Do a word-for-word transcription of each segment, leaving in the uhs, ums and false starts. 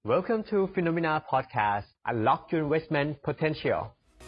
Welcome to Phenomena Podcast. Unlock your investment potential.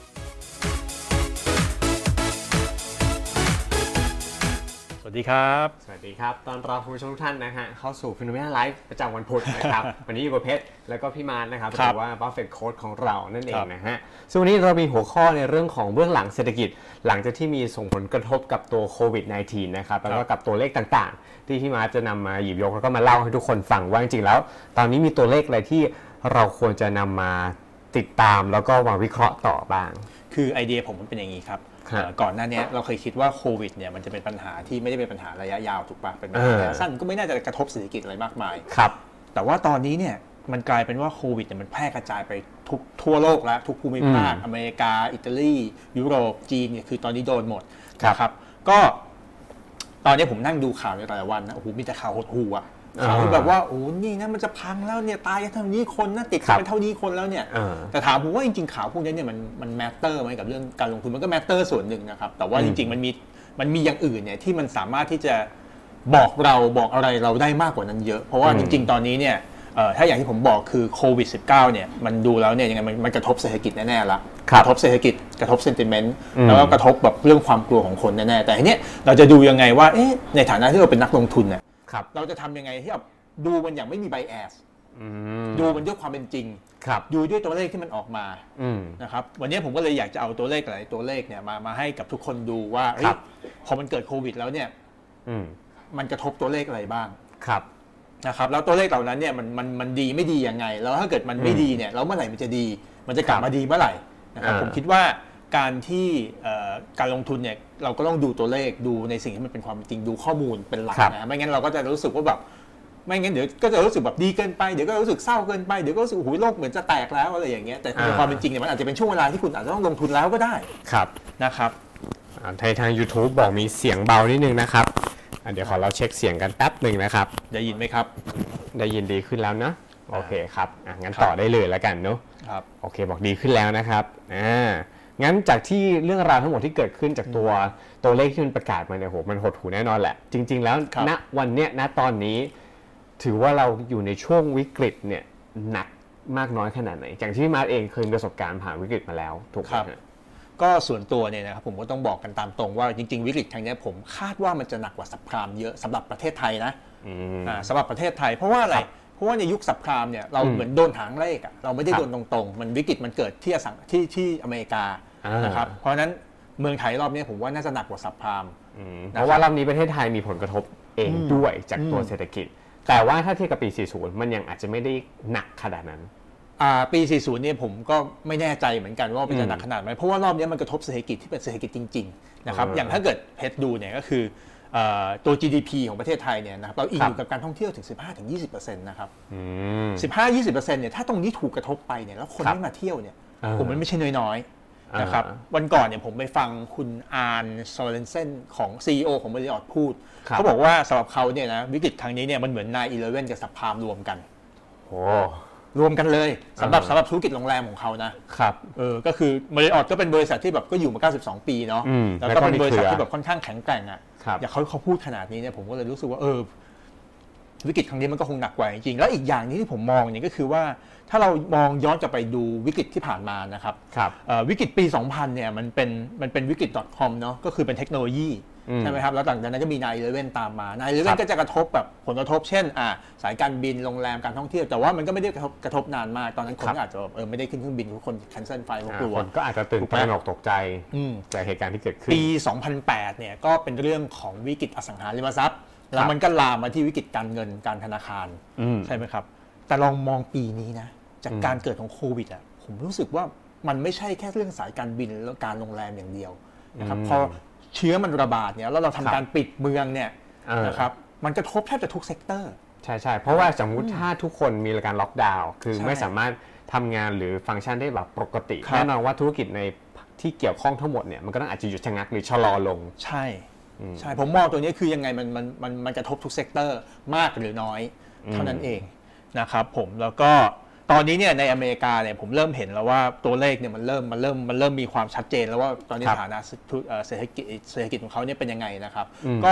สวัสดีครับสวัสดีครับตอนรับคุณผู้ชมทุกท่านนะฮะเข้าสู่ Phenomena Live ประจำวันพุธนะครับ วันนี้อยู่กับเพชรแล้วก็พี่มาร์ทนะครับหรือว่า Buffett Coach ของเรานั่นเองนะฮะซึ่งวันนี้เรามีหัวข้อในเรื่องของเบื้องหลังเศรษฐกิจหลังจากที่มีส่งผลกระทบกับตัวโควิด สิบเก้า นะครับแล้วก็กับตัวเลขต่างๆที่พี่มาร์ทจะนำมาหยิบยกแล้วก็มาเล่าให้ทุกคนฟังว่าจริงๆแล้วตอนนี้มีตัวเลขอะไรที่เราควรจะนำมาติดตามแล้วก็วางวิเคราะห์ต่อบ้างคือไอเดียผมมันเป็นอย่างนี้ครับก่อนหน้านี้เราเคยคิดว่าโควิดเนี่ยมันจะเป็นปัญหาที่ไม่ได้เป็นปัญหาระยะยาวถูกป่ะเป็นปัญหาระยะสั้นก็ไม่น่าจะกระทบเศรษฐกิจอะไรมากมายครับแต่ว่าตอนนี้เนี่ยมันกลายเป็นว่าโควิดเนี่ยมันแพร่กระจายไปทุกทั่วโลกแล้วทุกภูมิภาคอเมริกาอิตาลียุโรปจีนเนี่ยคือตอนนี้โดนหมดนะครับก็ตอนนี้ผมนั่งดูข่าวในแต่ละวันนะโอ้โหมีแต่ข่าวหดหู่อ่ะข่าวแบบว่าโอ้นี่นะมันจะพังแล้วเนี่ยตายกันเท่านี้คนนะติดกันเท่านี้คนแล้วเนี่ยแต่ถามผมว่าจริงๆข่าวพวกนี้เนี่ยมันมันแมตเตอร์ไหมกับเรื่องการลงทุนมันก็แมตเตอร์ส่วนหนึ่งนะครับแต่ว่าจริงๆมันมีมันมีอย่างอื่นเนี่ยที่มันสามารถที่จะบอกเราบอกอะไรเราได้มากกว่านั้นเยอะเพราะว่าจริงๆตอนนี้เนี่ยถ้าอย่างที่ผมบอกคือโควิด สิบเก้า เนี่ยมันดูแล้วเนี่ยยังไงมันมันกระทบเศรษฐกิจแน่ๆละกระทบเศรษฐกิจกระทบเซนติเมนต์แล้วก็กระทบแบบเรื่องความกลัวของคนแน่ๆแต่ทีเนี้ยเราจะดูยังไงว่าเอ๊ะในฐานะที่เราเป็นนักลงทุนเนี่ยเราจะทำยังไงที่แบบดูมันอย่างไม่มีไบแอสดูมันด้วยความเป็นจริงดูด้วยตัวเลขที่มันออกมานะครับวันนี้ผมก็เลยอยากจะเอาตัวเลขหลายตัวเลขเนี่ยมามาให้กับทุกคนดูว่าพอมันเกิดโควิดแล้วเนี่ยมันกระทบตัวเลขอะไรบ้างนะครับแล้วตัวเลขเหล่านั้นเนี่ยมันมันมันดีไม่ดียังไงแล้วถ้าเกิดมันไม่ดีเนี่ยแล้วเมื่อไหร่มันจะดีมันจะกลับมาดีเมื่อไหร่นะครับผมคิดว่าการที่การลงทุนเนี่ยเราก็ต้องดูตัวเลขดูในสิ่งที่มันเป็นความจริงดูข้อมูลเป็นหลักนะไม่งั้นเราก็จะรู้สึกว่าแบบไม่งั้นเดี๋ยวก็จะรู้สึกแบบดีเกินไปเดี๋ยวก็รู้สึกเศร้าเกินไปเดี๋ยวก็รู้สึกโอ้โหโลกเหมือนจะแตกแล้วอะไรอย่างเงี้ยแต่ในความเป็นจริงเนี่ยมันอาจจะเป็นช่วงเวลาที่คุณอาจจะต้องลงทุนแล้วก็ได้ครับนะครับทางทาง YouTube บอกมีเสียงเบานิดนึงนะครับเดี๋ยวขอเราเช็คเสียงกันแป๊บนึงนะครับได้ยินไหมครับได้ยินดีขึ้นแล้วนะโอเคครับงั้นต่อได้เลยแล้วกันเนาะครับโอเคบอกดีขึ้นแล้วนะครับอ่างั้นจากที่เรื่องราวทั้งหมดที่เกิดขึ้นจากตัวตัวเลขที่มันประกาศมาเนี่ยโหมันหดหูแน่นอนแหละจริงๆแล้วณวันเนี้ยณตอนนี้ถือว่าเราอยู่ในช่วงวิกฤตเนี่ยหนักมากน้อยขนาดไหนอย่างที่มาร์ทเองเคยมีประสบการณ์ผ่านวิกฤตมาแล้วถูกไหมก็ส่วนตัวเนี่ยนะครับผมก็ต้องบอกกันตามตรงว่าจริงๆวิกฤตครั้งนี้ผมคาดว่ามันจะหนักกว่าซับไพรม์เยอะสำหรับประเทศไทยนะอ่าสำหรับประเทศไทยเพราะว่าอะไรเพราะว่าในยุคซับไพรม์เนี่ยเราเหมือนโดนหางเลขอ่ะเราไม่ได้โดนตรงๆมันวิกฤตมันเกิดที่ที่ที่อเมริกานะครับเพราะฉะนั้นเมืองไทยรอบนี้ผมว่าน่าจะหนักกว่าซับไพรม์เพราะว่ารอบนี้ประเทศไทยมีผลกระทบเองด้วยจากตัวเศรษฐกิจแต่ว่าถ้าเทียบกับปีสี่สิบมันยังอาจจะไม่ได้หนักขนาดนั้นปีสี่สิบเนี่ยผมก็ไม่แน่ใจเหมือนกันว่ามันจะหนักขนาดไหนเพราะว่ารอบนี้มันกระทบเศรษฐกิจที่เป็นเศรษฐกิจจริงๆนะครับอย่างถ้าเกิดเพชรดูเนี่ยก็คือตัว จี ดี พี ของประเทศไทยเนี่ยนะครับเราอิงอยู่กับการท่องเที่ยวถึง สิบห้าถึงยี่สิบเปอร์เซ็นต์ นะครับ สิบห้าถึงยี่สิบเปอร์เซ็นต์ เนี่ยถ้าตรงนี้ถูกกระทบไปเนี่ยแล้วคนไม่มาเที่ยวเนี่ยผมมันไม่ใช่น้อยๆนะครับวันก่อนเนี่ยผมไปฟังคุณอาร์นโซเลนเซนของ ซี อี โอ ของบริษัทพูดเขาบอกว่าสำหรับเขาเนี่ยนะวิกฤตครั้งนี้เนี่ยมันเหมือน ไนน์ อีเลฟเว่น กับซับไพรม์รวมกันโอ้รวมกันเลยสำหรับสำหรับธุรกิจโรงแรมของเขานะครับเออก็คือบริษัทก็เป็นบริษัทที่แบบก็อยู่มาเก้าสิบสองปีเนาะแล้วก็เป็นบริษัทที่แบบค่อนข้างแข็งแกร่งอ่ะอย่างเขาเขาพูดขนาดนี้เนี่ยผมก็เลยรู้สึกว่าเออวิกฤตครั้งนี้มันก็คงหนักกว่าจริงๆแล้วอีกอย่างนี้ที่ผมมองเนี่ยก็คือว่าถ้าเรามองย้อนกลับไปดูวิกฤตที่ผ่านมานะครับวิกฤตปีสองพันเนี่ยมันเป็นมันเป็นวิกฤต .com เนาะก็คือเป็นเทคโนโลยีใช่ไหมครับแล้วหลังจากนั้นก็มี ไนน์ อีเลฟเว่น ตามมา ไนน์ อีเลฟเว่น ก็จะกระทบแบบผลกระทบเช่นอ่าสายการบินโรงแรมการท่องเที่ยวแต่ว่ามันก็ไม่ได้กระทบกระทบนานมากตอนนั้นคนก็อาจจะเออไม่ได้ขึ้นเครื่องบินทุกคนแคนเซิลไฟล์เพราะกลัวก็อาจจะตื่นตระหนกตกใจจากเหตุการณ์ที่เกิดขึ้นปีสองพันแปดเนี่ยก็เป็นเรื่องของวิกฤตอสังหาริมทรัพย์แล้วมันก็ลามมาที่วิกฤตการเงินการธนาคารใช่ไหมครับแต่ลองมองปีนี้นะจากการเกิดของโควิดอ่ะผมรู้สึกว่ามันไม่ใช่แค่เรื่องสายการบินและการโรงแรมอย่างเดียวนะครับพอเชื้อมันระบาดเนี่ยแล้วเราทำการปิดเมืองเนี่ยนะครับมันกระทบแทบจะทุกเซกเตอร์ใช่ใช่เพราะว่าสมมุติถ้าทุกคนมีการล็อกดาวน์คือไม่สามารถทำงานหรือฟังก์ชันได้แบบปกติแน่นอนว่าธุรกิจในที่เกี่ยวข้องทั้งหมดเนี่ยมันก็ต้องอาจจะหยุดชะงักหรือชะลอลงใช่ใช่ผมมองตัวนี้คือยังไงมันมันมันมันกระทบทุกเซกเตอร์มากหรือน้อยเท่านั้นเองนะครับผมแล้วก็ตอนนี้เนี่ยในอเมริกาเนี่ยผมเริ่มเห็นแล้วว่าตัวเลขเนี่ยมันเริ่มมันเริ่มมันเริ่มมีความชัดเจนแล้วว่าตอนนี้ฐานะเศรษฐกิจเศรษฐกิจของเขาเนี่ยเป็นยังไงนะครับก็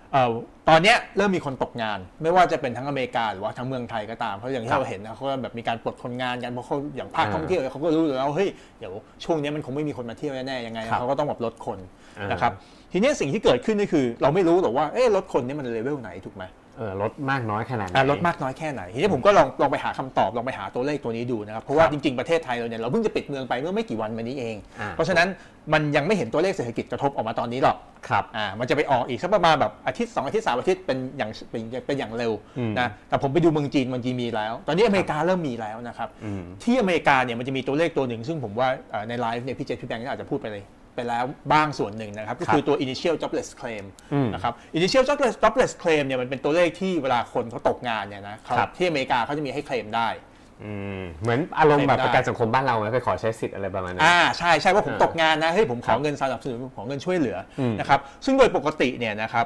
ตอนนี้เริ่มมีคนตกงานไม่ว่าจะเป็นทั้งอเมริกาหรือว่าทั้งเมืองไทยก็ตามเพราะอย่างที่เราเห็นนะเขาแบบมีการปลดคนงานกันเพราะเขาอย่างภาคท่องเที่ยวเขาก็รู้อยู่แล้วเฮ้ยเดี๋ยวช่วงนี้มันคงไม่มีคนมาเที่ยวแน่ๆยังไงเขาก็ต้องแบบลดคนนะครับทีนี้สิ่งที่เกิดขึ้นก็คือเราไม่รู้หรอกว่าเอ๊ะลดคนนี่มันเลเวลไหนถูกไหมเออลดมากน้อยขนาดไหนลดมากน้อยแค่ไหนทีนี้ผมก็ลองลองไปหาคำตอบลองไปหาตัวเลขตัวนี้ดูนะครับเพราะว่าจริงๆประเทศไทยเราเนี่ยเราเพิ่งจะปิดเมืองไปเมื่อไม่กี่วันมานี้เองเพราะฉะนั้นมันยังไม่เห็นตัวเลขเศรษฐกิจกระทบออกมาตอนนี้หรอกครับอ่ามันจะไปออกอีกสักประมาณแบบอาทิตย์สองอาทิตย์สามอาทิตย์เป็นอย่างเป็นเป็นอย่างเร็วนะแต่ผมไปดูเมืองจีนเมืองจีนมีแล้วตอนนี้อเมริกาเริ่มมีแล้วนะครับที่อเมริกาเนี่ยมันจะมีตัวเลขตัวหนึ่งซึ่งผมว่าในไลฟ์เนี่ยพี่เจษพี่แบงค์อาจจะพูดไปเลยไปแล้วบ้างส่วนหนึ่งนะครับก็คือตัว initial jobless claim นะครับ initial jobless jobless claim เนี่ยมันเป็นตัวเลขที่เวลาคนเขาตกงานเนี่ยนะที่อเมริกาเขาจะมีให้เคลมได้เหมือนอารมณ์แบบประกันสังคมบ้านเราไหมไปขอใช้สิทธิ์อะไรประมาณนั้นอ่าใช่ใช่ว่าผมตกงานนะเฮ้ยผมขอเงินสนับสนุนขอเงินช่วยเหลือนะครับซึ่งโดยปกติเนี่ยนะครับ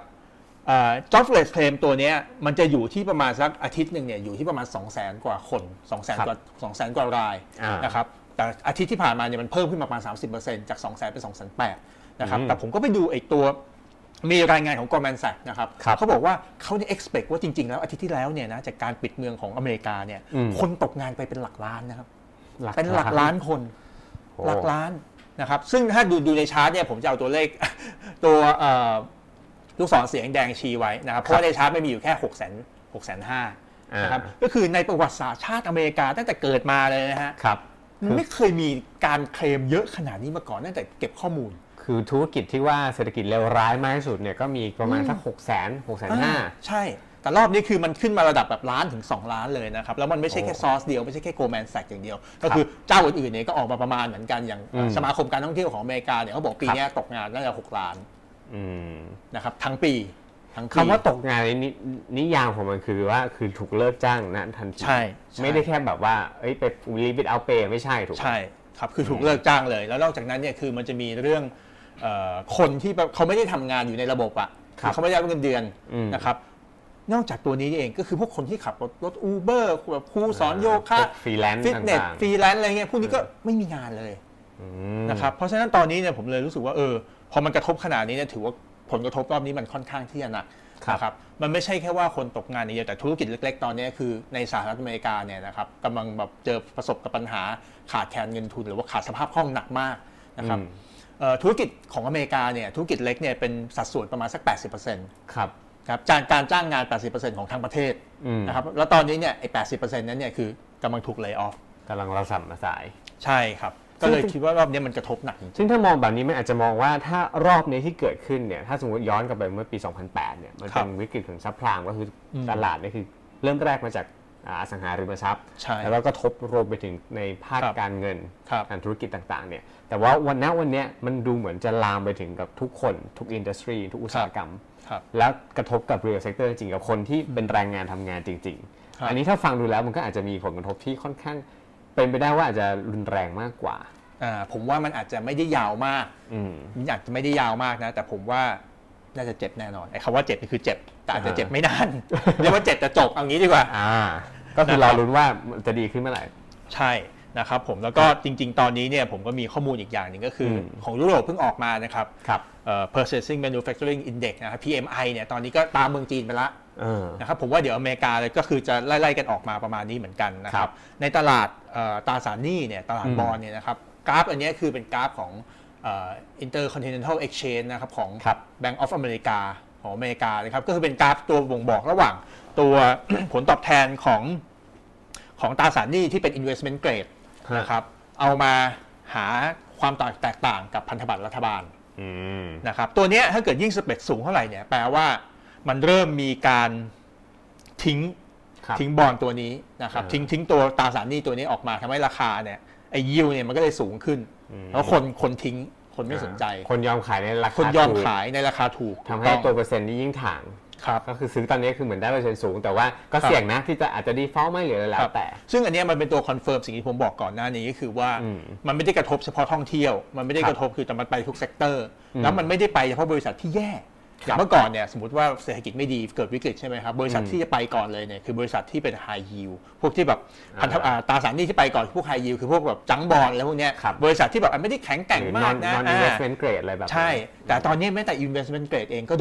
jobless claim ตัวนี้มันจะอยู่ที่ประมาณสักอาทิตย์หนึ่งเนี่ยอยู่ที่ประมาณ สองแสน กว่าคน สองแสน กว่า สองแสน กว่ารายนะครับแต่อาทิตย์ที่ผ่านมาเนี่ยมันเพิ่มขึ้นมาประมาณ สามสิบเปอร์เซ็นต์ จาก สองแสน เป็น สองแสนแปดหมื่น นะครับแต่ผมก็ไปดูไอ้ตัวมีรายงานของ Goldman Sachs นะครับเขาบอกว่าเขาเนี่ย expect ว่าจริงๆแล้วอาทิตย์ที่แล้วเนี่ยนะจากการปิดเมืองของอเมริกาเนี่ยคนตกงานไปเป็นหลักล้านนะครับเป็นหลักล้านคนหลักล้านนะครับซึ่งถ้าดูดูในชาร์ตเนี่ยผมจะเอาตัวเลขตัวลูกศรเสียงแดงชี้ไว้นะครับเพราะว่าในชาร์ตไม่มีอยู่แค่หกแสนหกแสนห้านะครับก็คือในประวัติศาสตร์ชาติอเมริกาตั้งแต่เกิดมาเลยนะฮะมันไม่เคยมีการเคลมเยอะขนาดนี้มาก่อนตั้งแต่เก็บข้อมูลคือธุรกิจที่ว่าเศรษฐกิจเลวร้ายมากที่สุดเนี่ยก็มีประมาณสักหกแสนหกแสนห้าใช่แต่รอบนี้คือมันขึ้นมาระดับแบบล้านถึงสองล้านเลยนะครับแล้วมันไม่ใช่แค่ซอสเดียวไม่ใช่แค่ Goldman Sachs อย่างเดียวก็คือเจ้าอื่นๆเนี่ยก็ออกมาประมาณเหมือนกันอย่างสมาคมการท่องเที่ยวของอเมริกาเนี่ยเขาบอกปีนี้ตกงานน่าจะหกล้านนะครับทั้งปีคำว่าตกงานในนิยามของมันคือว่าคือถูกเลิกจ้างนะทันทีใช่ไม่ได้แค่แบบว่าเอ้ยไปรีบิทเอาเปย์ไม่ใช่ถูกใช่ครับคือถูกเลิกจ้างเลยแล้วนอกจากนั้นเนี่ยคือมันจะมีเรื่องคนที่เขาไม่ได้ทำงานอยู่ในระบบอ่ะเขาไม่ได้รับเงินเดือนนะครับนอกจากตัวนี้เองก็คือพวกคนที่ขับรถรถอูเบอร์แบบครูสอนโยคะฟรีแลนซ์ฟิตเนสฟรีแลนซ์อะไรเงี้ยพวกนี้ก็ไม่มีงานเลยนะครับเพราะฉะนั้นตอนนี้เนี่ยผมเลยรู้สึกว่าเออพอมันกระทบขนาดนี้เนี่ยถือว่าผลกระทบรอบนี้มันค่อนข้างที่จะหนักนะครับมันไม่ใช่แค่ว่าคนตกงานอย่างเดียวแต่ธุรกิจเล็กๆตอนนี้คือในสหรัฐอเมริกาเนี่ยนะครับกำลังแบบเจอประสบกับปัญหาขาดแคลนเงินทุนหรือว่าขาดสภาพคล่องหนักมากนะครับธุรกิจของอเมริกาเนี่ยธุรกิจเล็กเนี่ยเป็นสัดส่วนประมาณสัก แปดสิบเปอร์เซ็นต์ ครับครับจากการจ้างงาน แปดสิบเปอร์เซ็นต์ ของทั้งประเทศนะครับแล้วตอนนี้เนี่ยไอ้ แปดสิบเปอร์เซ็นต์ นั้นเนี่ยคือกำลังถูกเลย์ออฟกำลังระส่ำระสายใช่ครับก็เลยคิดว่ารอบนี้มันกระทบหนักจริงซึ่งถ้ามองแบบนี้มันอาจจะมองว่าถ้ารอบนี้ที่เกิดขึ้นเนี่ยถ้าสมมติย้อนกลับไปเมื่อปี สองพันแปด เนี่ยมันเป็นวิกฤตของซับพลามก็คือตลาดนี่คือเริ่มแรกมาจากอสังหาริมทรัพย์แล้วก็กระทบรวมไปถึงในภาคการเงินการธุรกิจต่างๆเนี่ยแต่ว่าวันนี้วันนี้มันดูเหมือนจะลามไปถึงกับทุกคนทุกอินดัสทรีทุกอุตสาหกรรมแล้วกระทบกับ real sector จริงๆกับคนที่เป็นแรงงานทำงานจริงๆอันนี้ถ้าฟังดูแล้วมันก็อาจจะมีผลกระทบที่ค่อนข้างเป็นไปได้ว่าอาจจะรุนแรงมากกว่าผมว่ามันอาจจะไม่ได้ยาวมากอาจจะไม่ได้ยาวมากนะแต่ผมว่าน่าจะเจ็บแน่นอนไอ้คำว่าเจ็บนี่คือเจ็บแต่อาจจะเจ็บไม่นานเรียกว่าเจ็บจะจบเอางี้ดีกว่าก็คือเราลุ้นว่าจะดีขึ้นเมื่อไหร่ใช่นะครับผมแล้วก็จริงๆตอนนี้เนี่ยผมก็มีข้อมูลอีกอย่างหนึ่งก็คือของยุโรปเพิ่งออกมานะครับ Purchasing Manufacturing Index นะครับ พี เอ็ม ไอ เนี่ยตอนนี้ก็ตามเมืองจีนไปละนะครับผมว่าเดี๋ยวอเมริกาเลยก็คือจะไล่ๆกันออกมาประมาณนี้เหมือนกันนะครับในตลาดตราสารหนี้เนี่ยตลาดบอนด์เนี่ยนะครับกราฟอันนี้คือเป็นกราฟของ Intercontinental Exchange นะครับของ Bank of America ของอเมริกานะครับก็คือเป็นกราฟตัวบ่งบอกระหว่างตัวผลตอบแทนของของตราสารหนี้ที่เป็น investment grade นะครับเอามาหาความแตกต่างกับพันธบัตรรัฐบาลนะครับตัวนี้ถ้าเกิดยิ่งสเปรดสูงเท่าไหร่เนี่ยแปลว่ามันเริ่มมีการทิ้งทิ้งบอนด์ตัวนี้นะครับทิ้งทิ้งตัวตราสารหนี้ตัวนี้ออกมาทำให้ราคาเนี่ยไอ้ยิวเนี่ยมันก็เลยสูงขึ้นแล้วคนคนทิ้งคนไม่สนใจคนยอมขายในราคาคนยอมขายในราคาถูกทำให้ตัวเปอร์เซ็นต์นี้ยิ่งถ่างครับก็คือซื้อตอนนี้คือเหมือนได้เปอร์เซ็นต์สูงแต่ว่าก็เสี่ยงนะที่จะอาจจะดีฟอลต์ไม่หรืออะไรแล้วแต่ซึ่งอันนี้มันเป็นตัวคอนเฟิร์มสิ่งที่ผมบอกก่อนหน้านี้ก็คือว่ามันไม่ได้กระทบเฉพาะท่องเที่ยวมันไม่ได้กระทบคือแต่มันไปทุกเซกเตอร์แล้วมันไม่ได้ไปเฉพาะบริษัทที่แย่อย่างเมื่อก่อนเนี่ยสมมติว่าเศรษฐกิจไม่ดีเกิดวิกฤตใช่ไหมครับบริษัทที่จะไปก่อนเลยเนี่ยคือบริษัทที่เป็น high yield พวกที่แบบพันธบัตรตราสารหนี้ที่ไปก่อนพวก high yield คือพวกแบบจังบอลแล้วพวกเนี้ยบริษัทที่แบบไม่ได้แข็งแกร่งมากนะ non investment grade อะไรแบบใช่แต่ตอนนี้แม้แต่ investment grade เองก็โดน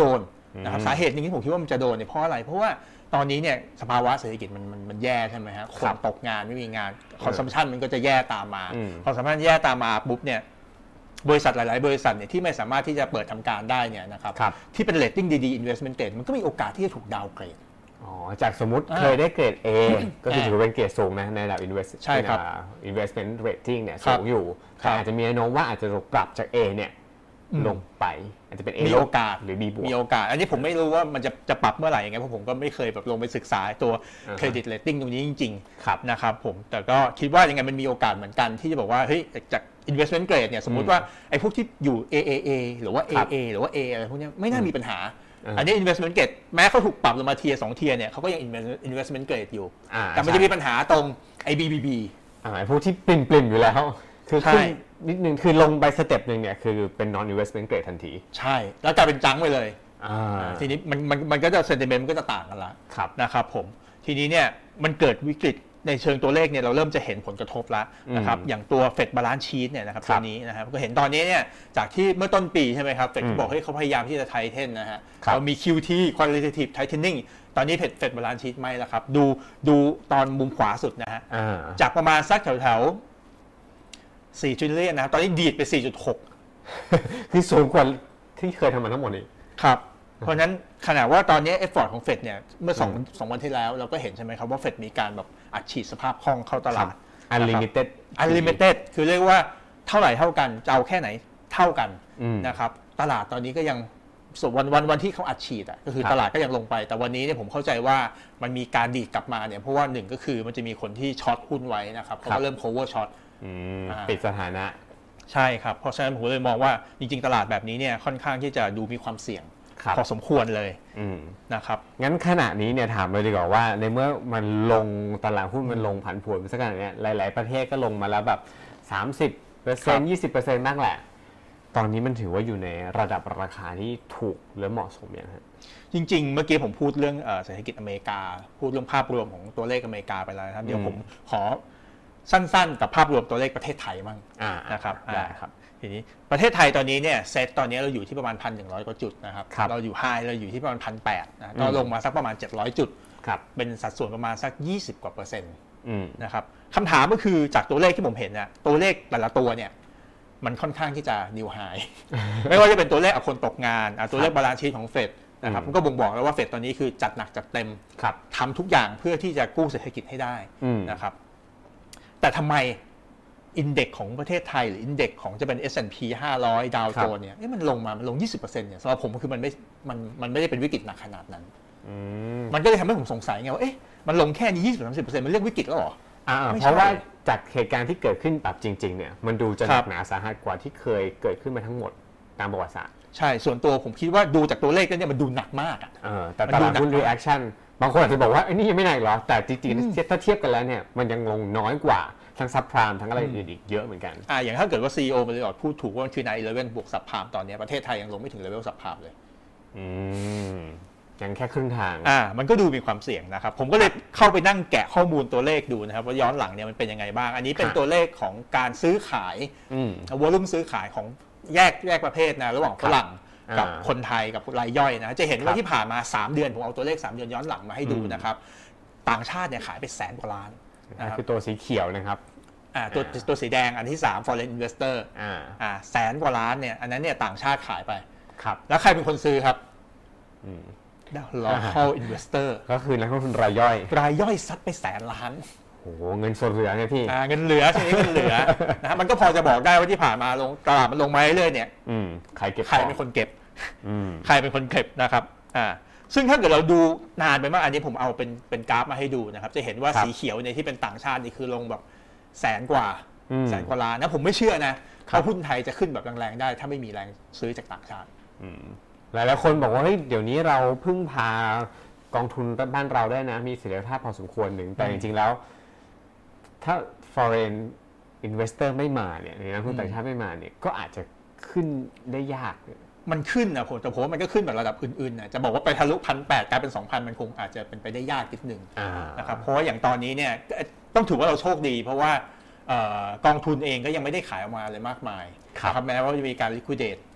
นะครับสาเหตุหนึ่งที่ผมคิดว่ามันจะโดนเนี่ยเพราะอะไรเพราะว่าตอนนี้เนี่ยสภาวะเศรษฐกิจมันมันมันแย่ใช่ไหมฮะคนตกงานไม่มีงานคอนซัมชันมันก็จะแย่ตามมาคอนซัมชันแย่ตามมาปุ๊บเนี่ยบริษัทหลายๆบริษัทเนี่ยที่ไม่สามารถที่จะเปิดทำการได้เนี่ยนะครับที่เป็นเรตติ้งดีๆ investment grade มันก็มีโอกาสที่จะถูกดาวเกรดอ๋อจากสมมุติเคยได้เกรด A ก็คือถือเป็นเกรดสูงนะในระดับ invest ใช่ครับ investment rating เนี่ยสูงอยู่แต่อาจจะมีแนวโน้มว่าอาจจะถูกปรับจาก A เนี่ยลงไปอาจจะเป็น A มีโอกาสหรือ B บวกมีโอกาสอันนี้ผมไม่รู้ว่ามันจะจะปรับเมื่อไหร่ยังไงเพราะผมก็ไม่เคยแบบลงไปศึกษาตัว credit rating ตรงนี้จริงๆนะครับผมแต่ก็คิดว่ายังไงมันมีโอกาสเหมือนกันที่จะบอกว่าเฮ้ยจาก investment grade เนี่ยสมมุติว่าไอ้พวกที่อยู่ เอ เอ เอ หรือว่า เอ เอ หรือว่า A อะไรพวกนี้ไม่น่ามีปัญหาอันนี้ investment grade แม้เขาถูกปรับลงมาเทียร์สองเทียร์เนี่ยเขาก็ยัง investment grade อยู่แต่มันจะมีปัญหาตรงไอ้ บี บี บีไอ้พวกที่ปริ่มๆอยู่แล้วคือขึ้นนิดนึงคือลงไปสเต็ปหนึ่งเนี่ยคือเป็น non investment grade ทันทีใช่แล้วกลายเป็นจังไปเลยทีนี้มันมันมันก็จะ sentiment มันก็จะต่างกันละนะครับผมทีนี้เนี่ยมันเกิดวิกฤตในเชิงตัวเลขเนี่ยเราเริ่มจะเห็นผลกระทบแล้วนะครับอย่างตัว Fed Balance Sheet เนี่ยนะครับตัวนี้นะครับก็เห็นตอนนี้เนี่ยจากที่เมื่อต้นปีใช่ไหมครับ Fed บอกให้เขาพยายามที่จะ tighten นะฮะเรามี คิว ที quantitative tightening ตอนนี้ Fed Fed Balance Sheet ไม่แล้วครับดูดูตอนมุมขวาสุดนะฮะจากประมาณสักแถวๆสี่ trillion นะครับตอนนี้ดีดไป สี่จุดหกคือสูงกว่าที่เคยทำมาทั้งหมดนี่ครับเพราะฉะนั้นขณะว่าตอนนี้ effort ของ Fed เนี่ยเมื่อ2 2วันที่แล้วเราก็เห็นใช่ไหมครับว่า Fed มีการแบบอัดฉีดสภาพคล่องเข้าตลาด unlimited unlimited คือเรียกว่าเท่าไหร่เท่ากันจะเอาแค่ไหนเท่ากันนะครับตลาดตอนนี้ก็ยังวันวันวันที่เขาอัดฉีดอ่ะก็คือตลาดก็ยังลงไปแต่วันนี้เนี่ยผมเข้าใจว่ามันมีการดีดกลับมาเนี่ยเพราะว่าหนึ่งก็คือมันจะมีคนที่ช็อตหุ้นไว้นะครับเขาก็เริ่ม cover short ปิดสถานะใช่ครับเพราะฉะนั้นผมเลยมองว่าจริงๆตลาดแบบนี้เนี่ยค่อนข้างที่จะดูมีความเสี่ยงพอสมควรเลยนะครับงั้นขณะนี้เนี่ยถามเลยดีกว่าว่าในเมื่อมันลงตลาดหุ้นมันลงผันผวนสักขนาดนี้หลายๆประเทศก็ลงมาแล้วแบบ สามสิบเปอร์เซ็นต์ ยี่สิบเปอร์เซ็นต์ บ้างแหละตอนนี้มันถือว่าอยู่ในระดับราคาที่ถูกและเหมาะสมอย่างไรจริงๆเมื่อกี้ผมพูดเรื่องเศรษฐกิจอเมริกาพูดเรื่องภาพรวมของตัวเลขอเมริกาไปแล้วครับเดี๋ยวผมขอสั้นๆกับภาพรวมตัวเลขประเทศไทยบ้างนะครับได้ครับทีนี้ประเทศไทยตอนนี้เนี่ยเซตตอนนี้เราอยู่ที่ประมาณ หนึ่งพันหนึ่งร้อย กว่าจุดนะครับเราอยู่ไฮเราอยู่ที่ประมาณ หนึ่งพันแปดร้อย นะก็ลงมาสักประมาณเจ็ดร้อยจุดเป็นสัดส่วนประมาณสักยี่สิบกว่าเปอร์เซ็นต์นะครับคำถามก็คือจากตัวเลขที่ผมเห็นนะตัวเลขแต่ละตัวเนี่ยมันค่อนข้างที่จะนิวไฮไม่ว่าจะเป็นตัวเลขคนตกงานตัวเลขบาลานซ์ชีทของเฟดนะครับมันก็บ่งบอกแล้วว่าเฟดตอนนี้คือจัดหนักจัดเต็มทำทุกอย่างเพื่อที่จะกู้เศรษฐกิจให้ได้นะครับแต่ทำไมอินเด็กซ์ของประเทศไทยหรืออินเด็กซ์ของจะเป็น เอส แอนด์ พี ห้าร้อยดาวโจนส์เนี่ยมันลงมามันลง ยี่สิบเปอร์เซ็นต์ เนี่ยสำหรับผมคือมันไม่มันมันไม่ได้เป็นวิกฤตหนักขนาดนั้นมันก็เลยทำให้ผมสงสัยไงว่าเอ๊ะมันลงแค่นี้ ยี่สิบถึงสามสิบเปอร์เซ็นต์ มันเรียกวิกฤตแล้วหรอเพราะว่าจากเหตุการณ์ที่เกิดขึ้นแบบจริงๆเนี่ยมันดูจะหนักหนาสาหัสกว่าที่เคยเกิดขึ้นมาทั้งหมดตามประวัติศาสตร์ใช่ส่วนตัวผมคิดว่าดูจากตัวเลขแล้วเนี่ยมันดูหนักมากอ่ะแต่ตลาดหุ้น reaction บางคนอาจจะบอกว่าไอ้นี่ยังไม่หนักหรอแต่จริงๆถ้าเทียบกันแล้วเนี่ยมันยังลงน้อยกว่าทั้งซับไพรม์ทั้งอะไรอื่นอีกเยอะเหมือนกันอ่าอย่างถ้าเกิดว่า ซี อี โอ บริษัทพูดถูกว่ามันคือ ไนน์ อีเลฟเว่น บวกซับไพรม์ตอนนี้ประเทศไทยยังลงไม่ถึงเลเวลซับไพรม์เลยอืมยังแค่ครึ่งทางอ่ามันก็ดูมีความเสี่ยงนะครับผมก็เลยเข้าไปนั่งแกะข้อมูลตัวเลขดูนะครับว่าย้อนหลังเนี่ยมันเป็นยังไงบ้างอันนี้เป็นตัวเลขของการซื้อขายอืมวอลุ่มซื้อขายของแยกแยกประเภทนะระหว่างฝรั่งกับคนไทยกับรายย่อยนะจะเห็นว่าที่ผ่านมาสามเดือนผมเอาตัวเลขสามเดือนย้อนหลังมาให้ดูนะครับต่างชาติเนี่ยขายไปแสนกว่าล้านนะครับคือตัวสีเขียวนะครับอ่าตัวตัวสีแดงอันที่สาม foreign investor อ่าอ่าแสนกว่าล้านเนี่ยอันนั้นเนี่ยต่างชาติขายไปครับแล้วใครเป็นคนซื้อครับอืม local investor ก็คือนักลงทุนรายย่อยรายย่อยซัดไปแสนล้านโอ้โหเงินสดเหลือเนี่ยพี่อ่าเงินเหลือใช่ไหมเงินเหลือนะมันก็พอจะบอกได้ว่าที่ผ่านมาลงตลาดมันลงมาเรื่อยๆเนี่ยอืมใครเก็บใครเป็นคนเก็บอืมใครเป็นคนเก็บนะครับอ่าซึ่งถ้าเกิดเราดูนานไปมากอันนี้ผมเอาเป็นเป็นกราฟมาให้ดูนะครับจะเห็นว่าสีเขียวเนี่ยที่เป็นต่างชาตินี่คือลงแบบแสนกว่าแสนกว่าล้านนะผมไม่เชื่อนะว่าหุ้นไทยจะขึ้นแบบแรงๆได้ถ้าไม่มีแรงซื้อจากต่างชาติหลายๆคนบอกว่าเฮ้ยเดี๋ยวนี้เราพึ่งพากองทุนบ้านเราได้นะมีเสถียรภาพพอสมควรหนึ่งแต่จริงๆแล้วถ้า foreign investor ไม่มาเนี่ยนักทุนต่างชาติไม่มาเนี่ยก็อาจจะขึ้นได้ยากมันขึ้นนะผมแต่ผมว่ามันก็ขึ้นแบบระดับอื่นๆนะจะบอกว่าไปทะลุพันแปดกลายเป็นสองพันมันคงอาจจะเป็นไปได้ยากนิดนึงนะครับเพราะว่าอย่างตอนนี้เนี่ยต้องถือว่าเราโชคดีเพราะว่ากองทุนเองก็ยังไม่ได้ขายออกมาเลยมากมายครับแม้ว่าจะมีการ liquidate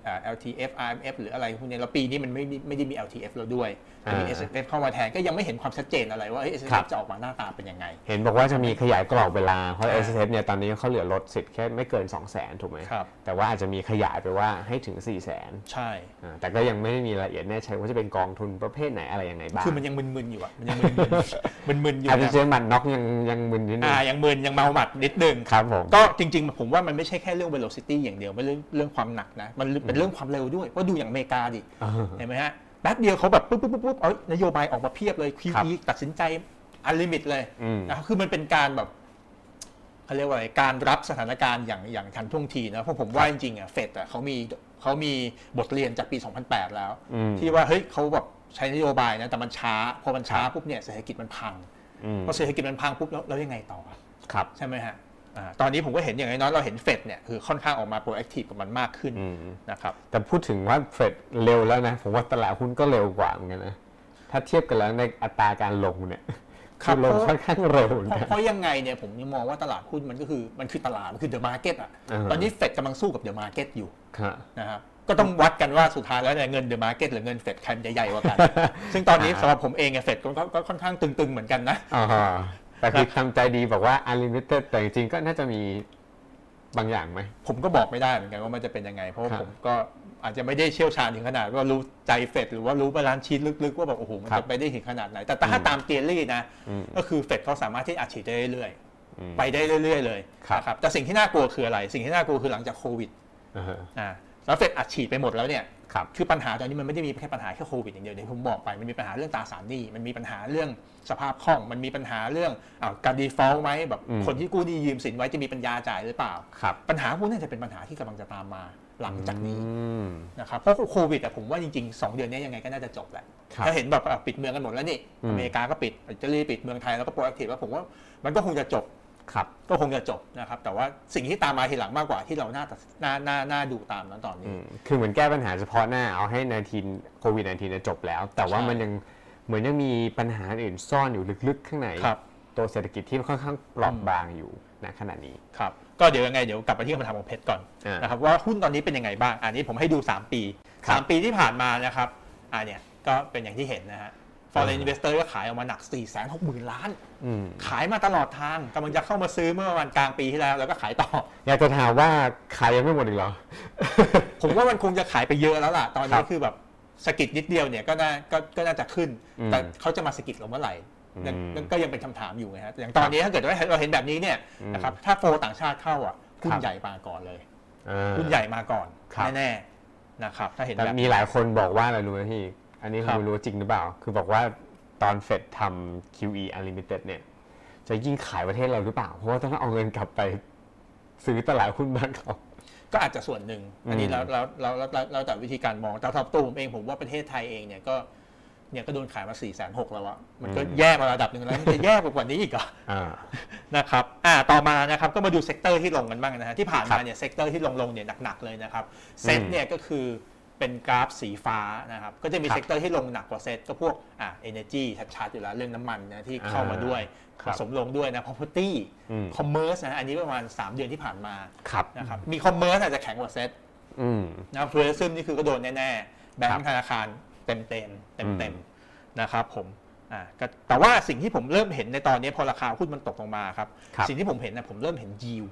แอล ที เอฟ อาร์ เอ็ม เอฟ หรืออะไรพวกนี้แล้วปีนี้มันไม่ไม่ได้มี แอล ที เอฟ แล้วด้วยมี เอส เอฟ เข้ามาแทนก็ยังไม่เห็นความชัดเจนอะไรว่า เอส เอฟ จะออกมาหน้าตาเป็นยังไงเห็นบอกว่าจะมีขยายกรอบเวลาเพราะ เอส เอฟ เนี่ยตอนนี้เขาเหลือลดสิทธิ์แค่ไม่เกิน สองแสน ถูกไหมครับแต่ว่าอาจจะมีขยายไปว่าให้ถึง สี่แสนใช่แต่ก็ยังไม่ได้มีรายละเอียดแน่ชัดว่าจะเป็นกองทุนประเภทไหนอะไรยังไงบ้างคือมันยังมึนๆอยู่อ่ะมันยังมึนๆมึนๆอยู่อาจจะเจอหมัดน็อกยังยังมึนนิดนึงอ่ายังมึนยังเมาหมัดนิดนึงครับผมก็จริงๆผมว่ามันไม่ใช่แค่เรื่อง velocity อย่างเดียวไม่เรื่องเรื่องความหนักนะมันเป็นเรื่องความเร็วด้วยว่าดูอย่างอเมริกาดิเห็นไหมฮะแป๊บเดียวเขาแบบปุ๊บปุ๊บปุ๊บปุ๊บเอานโยบายออกมาเพียบเลย คิว อี ตัดสินใจอันลิมิตเลยนะครับคือมันเป็นการแบบเขาเรียกว่าอะไรการรับสถานการณ์อย่างอย่างทันท่วงทีนะเพราะผมว่าจริงๆอ่ะเฟดอ่ะเขามีเขามีบทเรียนจากปีสองพันแปดแล้วที่ว่าเฮ้ยเขาแบบใช้นโยบายนะแต่มันช้าพอมันช้าปุ๊บเนี่ยเศรษฐกิจมันพังพอเศรษฐกิจมันพังปุ๊บแล้วแล้วยังไงต่อครับใช่ไหมฮะตอนนี้ผมก็เห็นอย่างน้อยเราเห็นเฟดเนี่ยคือค่อนข้างออกมาโปรแอคทีฟกับมันมากขึ้นนะครับแต่พูดถึงว่าเฟดเร็วแล้วนะผมว่าตลาดหุ้นก็เร็วกว่าเหมือนกันนะถ้าเทียบกันแล้วในอัตราการลงเนี่ยคือลงค่อนข้างเร็วเพราะยังไงเนี่ยผมยังมองว่าตลาดหุ้นมันก็คือมันคือตลาดมันคือเดอะมาร์เก็ตอ่ะตอนนี้เฟดกำลังสู้กับเดอะมาร์เก็ตอยู่นะครับก็ต้องวัดกันว่าสุดท้ายแล้วเนี่ยเงินเดอะมาร์เก็ตหรือเงินเฟดใครจะใหญ่กว่ากันซึ่งตอนนี้สำหรับผมเองเนี่ยเฟดก็ค่อนข้างตึงๆเหมือนกันนะแต่คือทำใจดีบอกว่า unlimited แต่จริงๆก็น่าจะมีบางอย่างไหมผมก็บอกไม่ได้เหมือนกันว่ามันจะเป็นยังไงเพราะผมก็อาจจะไม่ได้เชี่ยวชาญถึงขนาดว่ารู้ใจเฟดหรือว่ารู้บาลานซ์ชีทลึกๆว่าแบบโอ้โหมันจะไปได้ถึงขนาดไหนแต่ถ้าตามเทอรี่นะก็คือเฟดเขาสามารถที่อัดฉีดได้เรื่อยๆไปได้เรื่อยๆเลยนะครับแต่สิ่งที่น่ากลัวคืออะไรสิ่งที่น่ากลัวคือหลังจากโควิดอ่าแล้วเฟดอัดฉีดไปหมดแล้วเนี่ยคือปัญหาตอนนี้มันไม่ได้มีแค่ปัญหาแค่โควิดอย่างเดียวที่ผมบอกไปมันมีปัญหาเรื่องตราสารหนี้มันมีปัญหาเรื่องสภาพคล่องมันมีปัญหาเรื่องการ default ไหมแบบคนที่กู้หนี้ยืมสินไว้จะมีปัญญาจ่ายหรือเปล่าปัญหาพวกนี้จะเป็นปัญหาที่กำลังจะตามมาหลังจากนี้นะครับเพราะโควิดแต่ผมว่าจริงๆสองเดือนนี้ยังไงก็น่าจะจบแหละถ้าเห็นแบบปิดเมืองกันหมดแล้วนี่อเมริกาก็ปิดอิตาลีปิดเมืองไทยแล้วก็โปรแอคทีฟแล้วผมว่ามันก็คงจะจบก็คงจะจบนะครับแต่ว่าสิ่งที่ตามมาทีหลังมากกว่าที่เราน่าน่าน่าน่าดูตามนั้นตอนนี้คือเหมือนแก้ปัญหาเฉพาะหน้าเอาให้สิบเก้าโควิดสิบเก้าจบแล้วแต่ว่ามันยังเหมือนยังมีปัญหาอื่นซ่อนอยู่ลึกๆข้างในตัวเศรษฐกิจที่ค่อนข้างเปราะบางอยู่ณขณะนี้ครับก็เดี๋ยวยังไงเดี๋ยวกลับไปที่คำถามของเพชรก่อนนะครับว่าหุ้นตอนนี้เป็นยังไงบ้างอันนี้ผมให้ดูสามปีสามปีที่ผ่านมานะครับอ่าเนี่ยก็เป็นอย่างที่เห็นนะฮะForeign Investor ก็ขายออกมาหนัก สี่แสนหกหมื่น ล้านขายมาตลอดทางกำลังจะเข้ามาซื้อเมื่อวันกลางปีที่แล้วแล้วก็ขายต่ออยากจะถามว่าขายยังไม่หมดอีกเหรอผมว่ามันคงจะขายไปเยอะแล้วล่ะตอนนี้คือแบบสกิดนิดเดียวเนี่ยก็น่าก็ก็น่าจะขึ้นแต่เขาจะมาสกิดเราเมื่อไหร่นั่นก็ยังเป็นคำถามอยู่ไงฮะอย่างตอนนี้ถ้าเกิดว่าเราเห็นแบบนี้เนี่ยนะครับถ้าโฟต่างชาติเข้าอ่ะหุ้นใหญ่มาก่อนเลยหุ้นใหญ่มาก่อนแน่ๆนะครับถ้าเห็นแบบมีหลายคนบอกว่าอะไรรู้ไหมพี่อันนี้ผมไม่รู้จริงหรือเปล่าคือบอกว่าตอนเฟดทำ คิว อี Unlimited เนี่ยจะยิ่งขายประเทศเราหรือเปล่าเพราะว่าต้องเอาเงินกลับไปซื้อตลาดหุ้นบ้านเขาก็อาจจะส่วนหนึ่งอันนี้แล้วแล้วแล้วแล้วแต่วิธีการมองแต่สำหรับตัวผมเองผมว่าประเทศไทยเองเนี่ยก็เนี่ยก็โดนขายมา สี่แสนหกหมื่น แล้วอะมันก็แย่มาระดับหนึ่งแล้วมันจะแย่กว่านี้อีกเหรอนะครับอ่าต่อมานะครับก็มาดูเซกเตอร์ที่ลงกันบ้างนะฮะที่ผ่านมาเนี่ยเซกเตอร์ที่ลงลงเนี่ยหนักๆเลยนะครับเซ็ตเนี่ยก็คือเป็นกราฟสีฟ้านะครับก็จะมีเซกเตอร์ที่ลงหนักกว่าเซ็ตก็พวกอ่า energy ชัดๆอยู่แล้วเรื่องน้ำมันนะที่เข้ามาด้วยผสมลงด้วยนะ property commerce นะอันนี้ประมาณสามเดือนที่ผ่านมานะครับมี commerce อาจจะแข็งกว่าเซ็ตนะครับ tourism นี่คือก็โดนแน่ๆแบงก์ธนาคารเต็มเต็มเต็มเต็มนะครับผมอ่าแต่ว่าสิ่งที่ผมเริ่มเห็นในตอนนี้พอราคาหุ้นมันตกลงมาครับสิ่งที่ผมเห็นนะผมเริ่มเห็น yield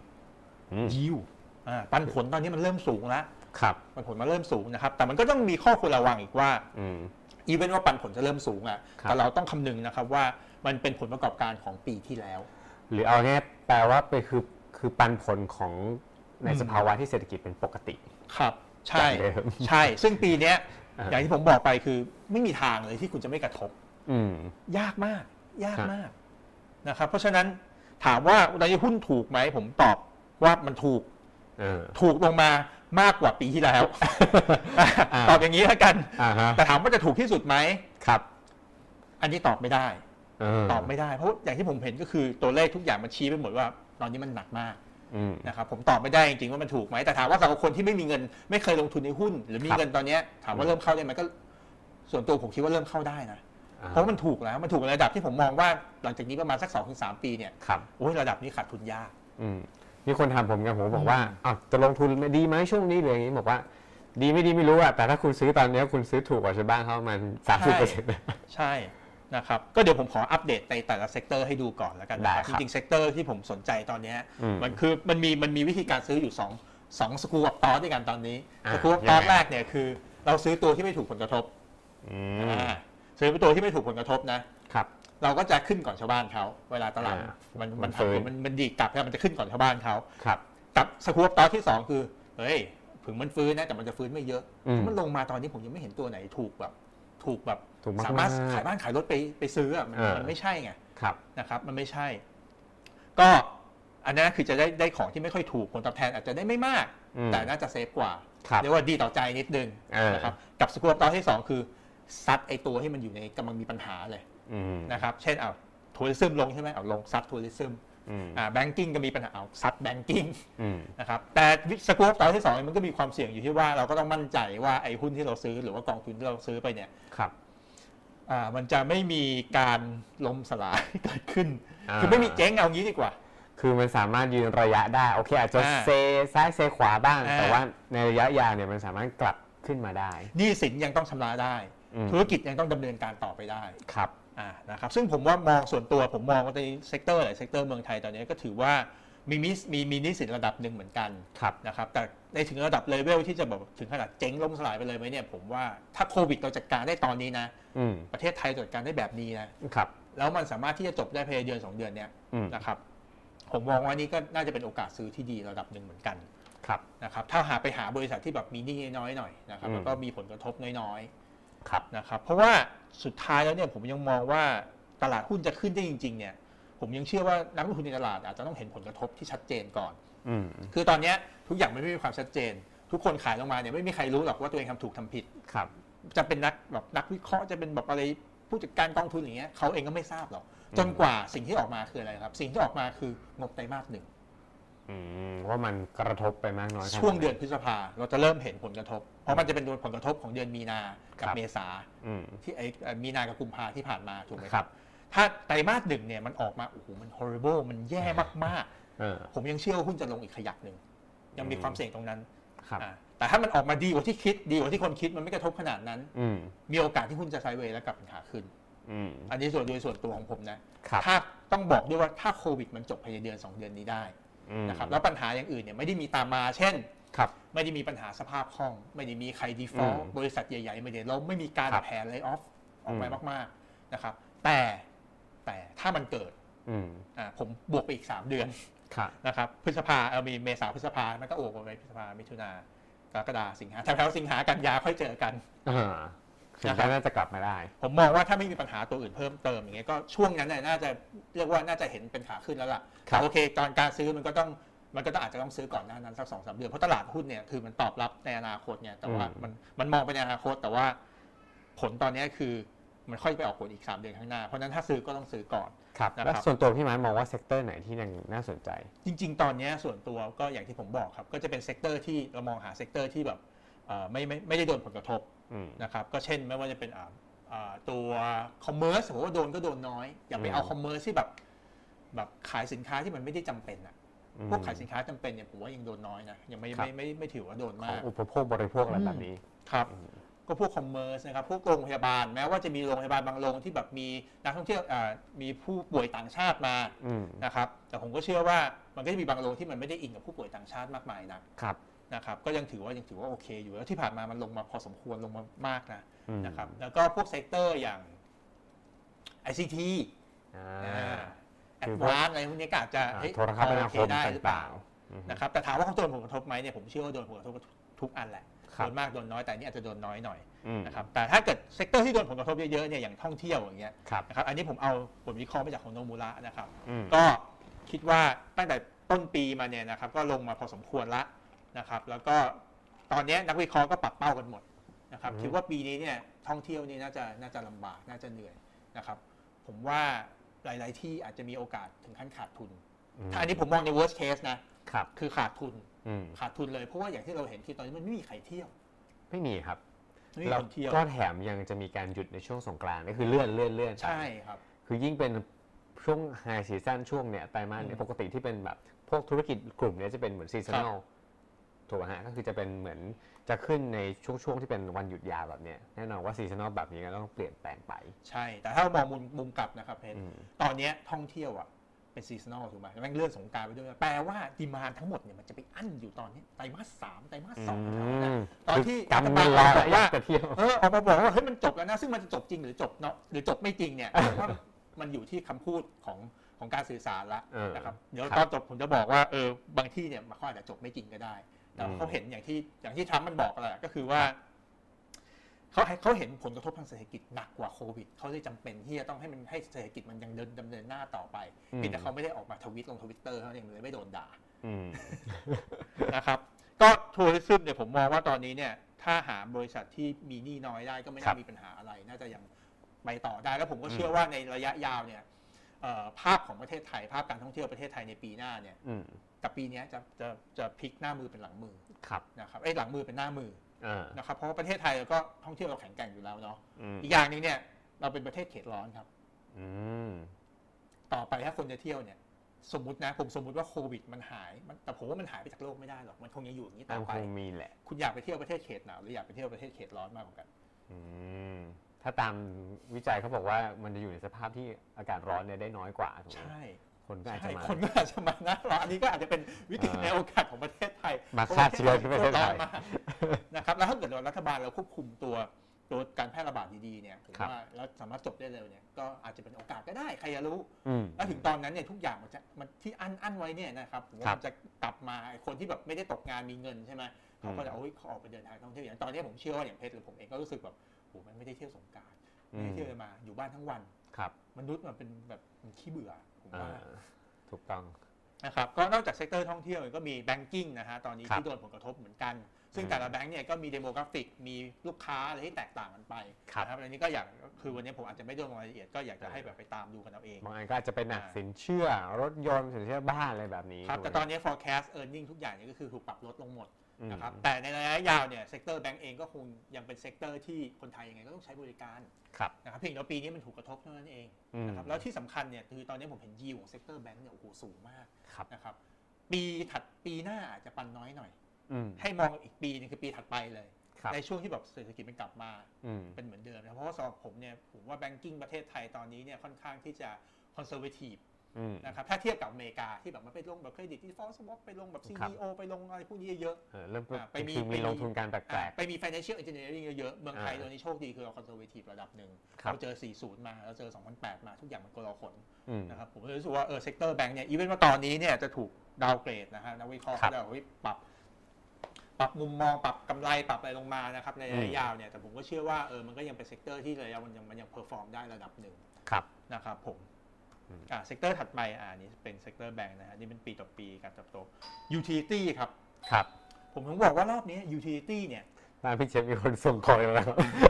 yield อ่าปันผลตอนนี้มันเริ่มสูงแล้วปันผลมันเริ่มสูงนะครับแต่มันก็ต้องมีข้อควรระวังอีกว่าอีเวนต์ว่าปันผลจะเริ่มสูงอ่ะแต่เราต้องคำนึงนะครับว่ามันเป็นผลประกอบการของปีที่แล้วหรือเอาแค่แปลว่าไปคือคือปันผลของในสภาวะที่เศรษฐกิจเป็นปกติครับใช่ใช่ซึ่งปีนี้อย่างที่ผมบอกไปคือไม่มีทางเลยที่คุณจะไม่กระทบยากมากยากมากนะครับเพราะฉะนั้นถามว่าตอนนี้หุ้นถูกไหมผมตอบว่ามันถูกถูกลงมามากกว่าปีที่แล้วตอบอย่างนี้แล้วกันแต่ถามว่าจะถูกที่สุดไหมครับอันนี้ตอบไม่ได้ตอบไม่ได้เพราะอย่างที่ผมเห็นก็คือตัวเลขทุกอย่างมันชี้ไปหมดว่าตอนนี้มันหนักมากนะครับผมตอบไม่ได้จริงๆว่ามันถูกไหมแต่ถามว่าสำหรับคนที่ไม่มีเงินไม่เคยลงทุนในหุ้นหรือมีเงินตอนนี้ถามว่าเริ่มเข้าได้ไหมก็ส่วนตัวผมคิดว่าเริ่มเข้าได้นะเพราะมันถูกแล้วมันถูกในระดับที่ผมมองว่าหลังจากนี้ประมาณสัก สองถึงสาม ปีเนี่ยโอ้ยระดับนี้ขาดทุนยากมีคนถามผมกันผมบอกว่าอ้าวจะลงทุนดีไหมช่วงนี้หรืออย่างนี้บอกว่าดีไม่ดีไม่รู้อะแต่ถ้าคุณซื้อตอนนี้คุณซื้อถูกกว่าชาวบ้านเขาประมาณสามสิบเปอร์เซ็นต์ใช่นะครับก็เดี๋ยวผมขออัปเดตในแต่ละเซกเตอร์ให้ดูก่อนแล้วกันนะครับจริงๆเซกเตอร์ที่ผมสนใจตอนนี้มันคือมันมีมันมีวิธีการซื้ออยู่2 2สกู๊ปตอสด้วยกันตอนนี้สกู๊ปตอสแรกเนี่ยคือเราซื้อตัวที่ไม่ถูกผลกระทบซื้อตัวที่ไม่ถูกผลกระทบนะครับเราก็จะขึ้นก่อนชาวบ้านเขาเวลาตลาดมันมันมันมันดีกลับแล้วมันจะขึ้นก่อนชาวบ้านเขากับสกู๊ปตอสที่สองคือเฮ้ยถึงมันฟื้นนะแต่มันจะฟื้นไม่เยอะมันลงมาตอนนี้ผมยังไม่เห็นตัวไหนถูกแบบถูกแบบสามารถขายบ้านขายรถไปไปซื้ออ่ะมันมันไม่ใช่ไงนะครับมันไม่ใช่ก็อันนั้นคือจะได้ได้ของที่ไม่ค่อยถูกผลตอบแทนอาจจะได้ไม่มากแต่น่าจะเซฟกว่าเรียกว่าดีต่อใจนิดนึงนะครับกับสกู๊ปตอนที่สองคือซัดไอตัวที่มันอยู่ในกำลังมีปัญหาเลยนะครับเช่นเอาทัวริซึมลงใช่ไหมเอาลงซัดทัวริซึมอ่าแบงกิ้งก็มีปัญหาเอาซัดแบงกิ้งนะครับแต่สกู๊ปตอนที่สองมันก็มีความเสี่ยงอยู่ที่ว่าเราก็ต้องมั่นใจว่าไอ้หุ้นที่เราซื้อหรือว่ากองทุนที่เราซื้อไปเนี่ยครับอ่ามันจะไม่มีการล้มสลายเกิดขึ้นคือไม่มีเจ๊งเอางี้ดีกว่าคือมันสามารถยืนระยะได้โอเคอาจจะเซซ้ายเซขวาบ้างแต่ว่าในระยะยาวเนี่ยมันสามารถกลับขึ้นมาได้หนี้สินยังต้องชำระได้ธุรกิจยังต้องดำเนินการต่อไปได้ครับอ่านะครับซึ่งผมว่ามองส่วนตัวผมมองว่าในเซกเตอร์หลายเซกเตอร์เมืองไทยตอนนี้ก็ถือว่ามีมีมีมีหนี้สินระดับหนึ่งเหมือนกันนะครับแต่ในถึงระดับเลเวลที่จะบอกถึงขนาดเจ๊งล้มสลายไปเลยไหมเนี่ยผมว่าถ้าโควิดเราจัดการได้ตอนนี้นะประเทศไทยจัดการได้แบบนี้นะครับแล้วมันสามารถที่จะจบได้ภายในเดือนสองเดือนเนี้ยนะครับผมมองว่านี่ก็น่าจะเป็นโอกาสซื้อที่ดีระดับหนึ่งเหมือนกันนะครับถ้าหาไปหาบริษัทที่แบบมีหนี้น้อยหน่อยนะครับแล้วก็มีผลกระทบน้อยๆนะครับเพราะว่าสุดท้ายแล้วเนี่ยผมยังมองว่าตลาดหุ้นจะขึ้นได้จริงๆเนี่ยผมยังเชื่อว่านักลงทุนในตลาดอาจจะต้องเห็นผลกระทบที่ชัดเจนก่อนคือตอนนี้ทุกอย่างไม่มีความชัดเจนทุกคนขายลงมาเนี่ยไม่มีใครรู้หรอกว่าตัวเองทำถูกทำผิดจะเป็นนักแบบนักวิเคราะห์จะเป็นแบบอะไรผู้จัดการกองทุนอย่างเงี้ยเขาเองก็ไม่ทราบหรอกจนกว่าสิ่งที่ออกมาคืออะไรครับสิ่งที่ออกมาคืองบไตรมาสหนึ่งว่ามันกระทบไปมากน้อยช่วงเดือนพฤษภาเราจะเริ่มเห็นผลกระทบเพราะมันจะเป็นผลกระทบของเดือนมีนากับเมษาที่ไอ้มีนากับกุมภาที่ผ่านมาถูกไหมครับถ้าไตรมาสหนึ่งเนี่ยมันออกมาโอ้โหมัน horrible มันแย่มากๆผมยังเชื่อว่าหุ้นจะลงอีกขยักหนึ่งยังมีความเสี่ยงตรงนั้นแต่ถ้ามันออกมาดีกว่าที่คิดดีกว่าที่คนคิดมันไม่กระทบขนาดนั้นมีโอกาสที่หุ้นจะไซด์เวย์และกลับเป็นขาขึ้นอันนี้ส่วนโดยส่วนตัวของผมนะถ้าต้องบอกด้วยว่าถ้าโควิดมันจบภายในเดือนสองเดือนนี้ได้นะครับแล้วปัญหาอย่างอื่นเนี่ยไม่ได้มีตามมาเช่นไม่ได้มีปัญหาสภาพคล่องไม่ได้มีใคร default บริษัทใหญ่ๆไม่ได้เราไม่มีการแผ่ lay off ออกไปมากๆนะครับแต่แต่ถ้ามันเกิดอ่าผมบวกไปอีกสามเดือนนะครับพฤษภาเอามีเมษาพฤษภามันก็โอบไปพฤษภามิถุนากรกฎาสิงหาแถวๆสิงหากันยาค่อยเจอกันนะครับน่าจะกลับมาได้ผมมองว่าถ้าไม่มีปัญหาตัวอื่นเพิ่มเติมอย่างเงี้ยก็ช่วงนั้นน่าจะเรียกว่าน่าจะเห็นเป็นขาขึ้นแล้วล่ะโอเคตอนการซื้อมันก็ต้องมันก็ต้องอาจจะต้องซื้อก่อนหน้านั้นสักสองสามเดือนเพราะตลาดหุ้นเนี่ยคือมันตอบรับในอนาคตเนี่ยแต่ว่ามันมันมองไปในอนาคตแต่ว่าผลตอนนี้คือมันค่อยไปออกผลอีกสามเดือนข้างหน้าเพราะนั้นถ้าซื้อก็ต้องซื้อก่อนครับแล้วส่วนตัวพี่มันมองว่าเซกเตอร์ไหนที่ยังน่าสนใจจริงๆตอนนี้ส่วนตัวก็อย่างที่ผมบอกครับก็จะเป็นเซกเตอร์ที่เรามองหาเซกเตอร์ที่แบบไม่ไม่ไม่ได้โดนผลกระทบนะครับก็เช่นไม่ว่าจะเป็นตัวคอมเมอร์สผมว่าโดนก็โดนน้อยอย่าไปเอาคอมเมอร์สที่แบบแบบขายสินค้าที่มันไม่ได้จำเป็นอ่ะพวกขายสินค้าจำเป็นเนี่ยผมว่ายังโดนน้อยนะยังไม่ไม่ไม่ไม่ถือว่าโดนมากอุปโภคบริโภคอะไรแบบนี้ครับก็พวกคอมเมอร์สนะครับพวกโรงพยาบาลแม้ว่าจะมีโรงพยาบาลบางโรงที่แบบมีนักท่องเที่ยวมีผู้ป่วยต่างชาติมานะครับแต่ผมก็เชื่อว่ามันก็จะมีบางโรงที่มันไม่ได้อิงกับผู้ป่วยต่างชาติมากมายนะครับนะครับก็ยังถือว่ายังถือว่าโอเคอยู่แล้วที่ผ่านมามันลงมาพอสมควรลงมามากนะนะครับแล้วก็พวกเซกเตอร์อย่าง ไอ ซี ที แอดวานซ์อะไรพวกนี้ก็อาจจะโทรคมนาคมได้หรือเปล่านะครับแต่ถามว่าเขาโดนผลกระทบไหมเนี่ยผมเชื่อว่าโดนผลกระทบทุกอันแหละโดนมากโดนน้อยแต่นี่อาจจะโดนน้อยหน่อยนะครับแต่ถ้าเกิดเซกเตอร์ที่โดนผลกระทบเยอะๆเนี่ยอย่างท่องเที่ยวอย่างเงี้ยนะครับอันนี้ผมเอาผลวิเคราะห์มาจากของโนมูระนะครับก็คิดว่าตั้งแต่ต้นปีมาเนี่ยนะครับก็ลงมาพอสมควรละนะครับแล้วก็ตอนนี้นักวิเคราะห์ก็ปรับเป้ากันหมดนะครับคิดว่าปีนี้เนี่ยท่องเที่ยวนี่น่าจะน่าจะลำบากน่าจะเหนื่อยนะครับผมว่าหลายๆที่อาจจะมีโอกาสถึงขั้นขาดทุนถ้าอันนี้ผมมองใน worst case นะคือขาดทุนขาดทุนเลยเพราะว่าอย่างที่เราเห็นที่ตอนนี้มันไม่มีใครเที่ยวไม่มีครับแล้วก็แถมยังจะมีการหยุดในช่วงสงกรานต์นี่คือเลื่อนเลื่อนเลื่อนใช่ครับคือยิ่งเป็นช่วงไฮซีซั่นช่วงเนี้ยไตรมาสเนี่ยปกติที่เป็นแบบพวกธุรกิจกลุ่มนี้จะเป็นเหมือนซีซันแนลถูกไหมฮะก็คือจะเป็นเหมือนจะขึ้นในช่วงช่วงที่เป็นวันหยุดยาวแบบเนี้ยแน่นอนว่าซีซันอลแบบนี้ก็ต้องเปลี่ยนแปลงไปใช่แต่ถ้าเรามองมุมมุมกลับนะครับเพชรตอนนี้ท่องเที่ยวอ่ะเป็นซีซันอลถูกไหมแม่งเลื่อนสงกรานต์ไปด้วยแปลว่าดีมานด์ทั้งหมดเนี่ยมันจะไปอั้นอยู่ตอนนี้ไตรมาสสามไตรมาสสองนะตอนที่กำลังรอว่าจะเที่ยวเออออกมาบอกว่าเฮ้ยมันจบแล้วนะซึ่งมันจะจบจริงหรือจบเนาะหรือจบไม่จริงเนี่ยว่ามันอยู่ที่คำพูดของของการสื่อสารละนะครับเดี๋ยวตอนจบผมจะบอกว่าเออบางที่เนี่ยมันอาจจะจบไม่จริงก็ได้แต่เขาเห็นอย่างที่อย่างที่ทรัมป์มันบอกแหละก็คือว่าเขาเขาเห็นผลกระทบทางเศรษฐกิจหนักกว่าโควิดเขาเลยจำเป็นที่จะต้องให้มันให้เศรษฐกิจมันยังเดินดำเนินหน้าต่อไปเพียงแต่เขาไม่ได้ออกมาทวิตลงทวิตเตอร์เขาเองเลยไม่โดนด่านะครับก็ทัวริซึมเนี่ยผมมองว่าตอนนี้เนี่ยถ้าหาบริษัทที่มีหนี้น้อยได้ก็ไม่น่ามีปัญหาอะไรน่าจะยังไปต่อได้แล้วผมก็เชื่อว่าในระยะยาวเนี่ยภาพของประเทศไทยภาพการท่องเที่ยวประเทศไทยในปีหน้าเนี่ยกับปีนี้จะจะจะพลิกหน้ามือเป็นหลังมือนะครับไอ้หลังมือเป็นหน้ามือนะครับเพราะว่าประเทศไทยเราก็ท่องเที่ยวเราแข็งแกร่งอยู่แล้วเนาะอีกอย่างนึงเนี่ยเราเป็นประเทศเขตร้อนครับต่อไปถ้าคนจะเที่ยวเนี่ยสมมตินะผมสมมติว่าโควิดมันหายแต่ผมว่ามันหายไปจากโลกไม่ได้หรอกมันคงยังอยู่อย่างนี้ต่อไปมีแหละคุณอยากไปเที่ยวประเทศเขตหนาวหรืออยากไปเที่ยวประเทศเขตร้อนมากกว่ากันถ้าตามวิจัยเขาบอกว่ามันจะอยู่ในสภาพที่อากาศร้อนเนี่ยได้น้อยกว่าถูกไหมใช่คนก็อาจจะมาคนก็อาจจะมานะร้อนอันนี้ก็อาจจะเป็นวิกฤตในโอกาสของประเทศไทยมาฆ่าเชื้อที่ประเทศไทยนะครับแล้วถ้าเกิดรัฐบาลเราควบคุมตัวตัวการแพร่ระบาดดีๆเนี่ยผมว่าแล้วสามารถจบได้เร็วเนี่ยก็อาจจะเป็นโอกาสก็ได้ใครจะรู้แล้วถึงตอนนั้นเนี่ยทุกอย่างมันจะมันที่อั้นอั้นไว้เนี่ยนะครับผมว่ามันจะกลับมาคนที่แบบไม่ได้ตกงานมีเงินใช่ไหมเขาก็จะเอาเขาออกไปเดินทางท่องเที่ยวอย่างตอนนี้ผมเชื่อว่าอย่างเพชรหรือผมเองก็รู้สึกแบบโหมันไม่ได้เที่ยวสงกรานต์ไม่ได้เที่ยวมาอยู่บ้านทั้งวันมนุษย์มันเป็นแบบมันขี้เบื่อผมว่าถูกต้องนะครับก็นอกจากเซกเตอร์ท่องเที่ยวก็มีแบงกิ้งนะฮะตอนนี้ที่โดนผลกระทบเหมือนกันซึ่งแต่ละแบงก์เนี่ยก็มีเดโมกราฟิกมีลูกค้าอะไรที่แตกต่างกันไปนะครับอันนี้ก็อยากคือวันนี้ผมอาจจะไม่ลงรายละเอียดก็อยากจะให้แบบไปตามดูกันเอาเองบางอันก็อาจจะเป็นหนักสินเชื่อรถยนต์สินเชื่อบ้านอะไรแบบนี้ครับแต่ตอนนี้ forecast earning ทุกอย่างเนี่ยก็คือถูกปรับลดลงหมดนะครับแต่ในระยะยาวเนี่ยเซกเตอร์แบงก์เองก็คงยังเป็นเซกเตอร์ที่คนไทยยังไงก็ต้องใช้บริการนะครับเพียงแต่ปีนี้มันถูกกระทบเท่านั้นเองนะครับแล้วที่สำคัญเนี่ยคือตอนนี้ผมเห็นยิวของเซกเตอร์แบงก์เนี่ยโอ้โหสูงมากนะครับปีถัดปีหน้าอาจจะปันน้อยหน่อยให้มองอีกปีนึงคือปีถัดไปเลยในช่วงที่แบบเศรษฐกิจมันกลับมาเป็นเหมือนเดิมนะเพราะว่าสำหรับผมเนี่ยผมว่าแบงกิ้งประเทศไทยตอนนี้เนี่ยค่อนข้างที่จะคอนเซอร์เวทีฟนะครับถ้าเทียบกับอเมริกาที่แบบมันไปลงแบบเครดิตที่ฟอสวอปไปลงแบบ ซี ดี โอ ไปลงอะไรพวกนี้เยอะเริ่มไปมีไปลงทุนการแปลกๆไปมี financial engineering เยอะๆเมืองไทยตอนนี้โชคดีคือเราคอนเซอร์เวทีฟระดับหนึ่งเราเจอสี่สิบมาเราเจอสองพันแปดมาทุกอย่างมันโกลาหลนะครับผมเลยรู้สึกว่าเออเซกเตอร์แบงก์เนี่ยอีเวนต์ว่าตอนนี้เนี่ยจะถูกดาวเกรดนะฮะนักวิเคราะห์เขาจะปรับปรับมุมมองปรับกำไรปรับอะไรลงมานะครับในระยะยาวเนี่ยแต่ผมก็เชื่อว่าเออมันก็ยังเป็นเซกเตอร์ที่ระยะมันยังมันยังเพอร์ฟอร์มได้ระดับหนึ่งนะครับผมอ่าเซกเตอร์ถัดไปอ่านี่เป็นเซกเตอร์แบงก์นะฮะนี่เป็นปีต่อปีการเติบโต utility ครับครับผมถึงบอกว่ารอบนี้ utility เนี่ยร้านพี่เชฟมีคนส่งของแล้ว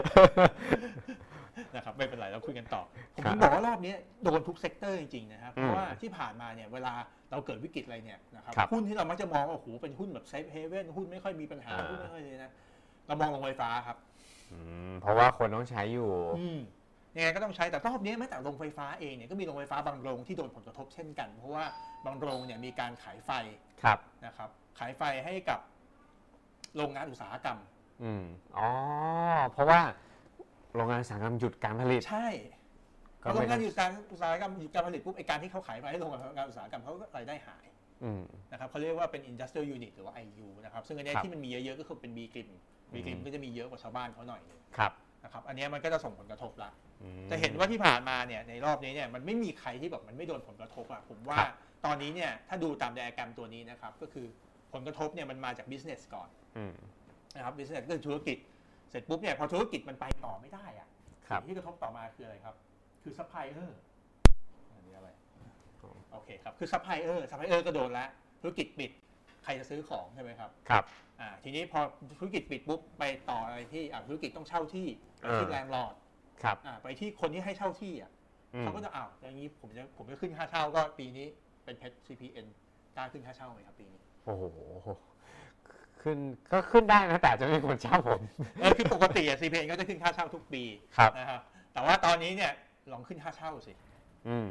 นะครับไม่เป็นไรเราคุยกันต่อผมถึงบอกว่ารอบนี้โดนทุกเซกเตอร์จริงๆนะครับเพราะว่าที่ผ่านมาเนี่ยเวลาเราเกิดวิกฤตอะไรเนี่ยนะครับหุ้นที่เรามักจะมองว่าโอ้โหเป็นหุ้นแบบเซฟเฮเว่นหุ้นไม่ค่อยมีปัญหาหุ้นไม่ค่อยเลยนะเรามองลงไฟฟ้าครับเพราะว่าคนต้องใช้อยู่ยังไงก็ต้องใช้แต่รอบนี้แม้แต่โรงไฟฟ้าเองเนี่ยก็มีโรงไฟฟ้าบางโรงที่โดนผลกระทบเช่นกันเพราะว่าบางโรงเนี่ยมีการขายไฟนะครับขายไฟให้กับโรงงานอุตสาหกรรมอืมอ๋อเพราะว่าโรงงานอุตสาหกรรมหยุดการผลิตใช่โรงงานหยุดการอุตสาหกรรมหยุดการผลิตปุ๊บไอการที่เขาขายไฟให้โรงงานอุตสาหกรรมเขาก็รายได้หายนะครับเขาเรียกว่าเป็น industrial unit หรือว่า ไอ ยู นะครับซึ่งอันนี้ที่มันมีเยอะๆก็คือเป็น B กริม B กริมก็จะมีเยอะกว่าชาวบ้านเขาหน่อยนึงนะครับอันนี้มันก็จะส่งผลกระทบละจะเห็นว่าที่ผ่านมาเนี่ยในรอบนี้เนี่ยมันไม่มีใครที่แบบมันไม่โดนผลกระทบอ่ะผมว่าตอนนี้เนี่ยถ้าดูตามไดอะแกรมตัวนี้นะครับก็คือผลกระทบเนี่ยมันมาจาก business ก่อนนะครับ business ก็คือธุรกิจเสร็จปุ๊บเนี่ยพอธุรกิจมันไปต่อไม่ได้อ่ะสิ่งที่กระทบต่อมาคืออะไรครับคือซัพพลายเออร์อันนี้อะไรโอเคครับคือซัพพลายเออร์ซัพพลายเออร์ก็โดนแล้วธุรกิจปิดใครจะซื้อของใช่ไหมครับครับอ่าทีนี้พอธุรกิจปิดปุ๊บไปต่ออะไรที่อ่าธุรกิจต้องเช่าที่ไปที่แลนด์ลอร์ดครับอ่าไปที่คนที่ให้เช่าที่อ่ะเขาก็จะอ้าวอย่างนี้ผมจะผมจะขึ้นค่าเช่าก็ปีนี้เป็นเพชร ซี พี เอ็น กล้าขึ้นค่าเช่าไหมครับปีนี้โอ้โหขึ้นก็ขึ้นได้นะแต่จะไม่มีคนเช่าผมเออคือปกติอ่ะ ซี พี เอ็น ก็จะขึ้นค่าเช่าทุกปีนะครับแต่ว่าตอนนี้เนี่ยลองขึ้นค่าเช่าสินะ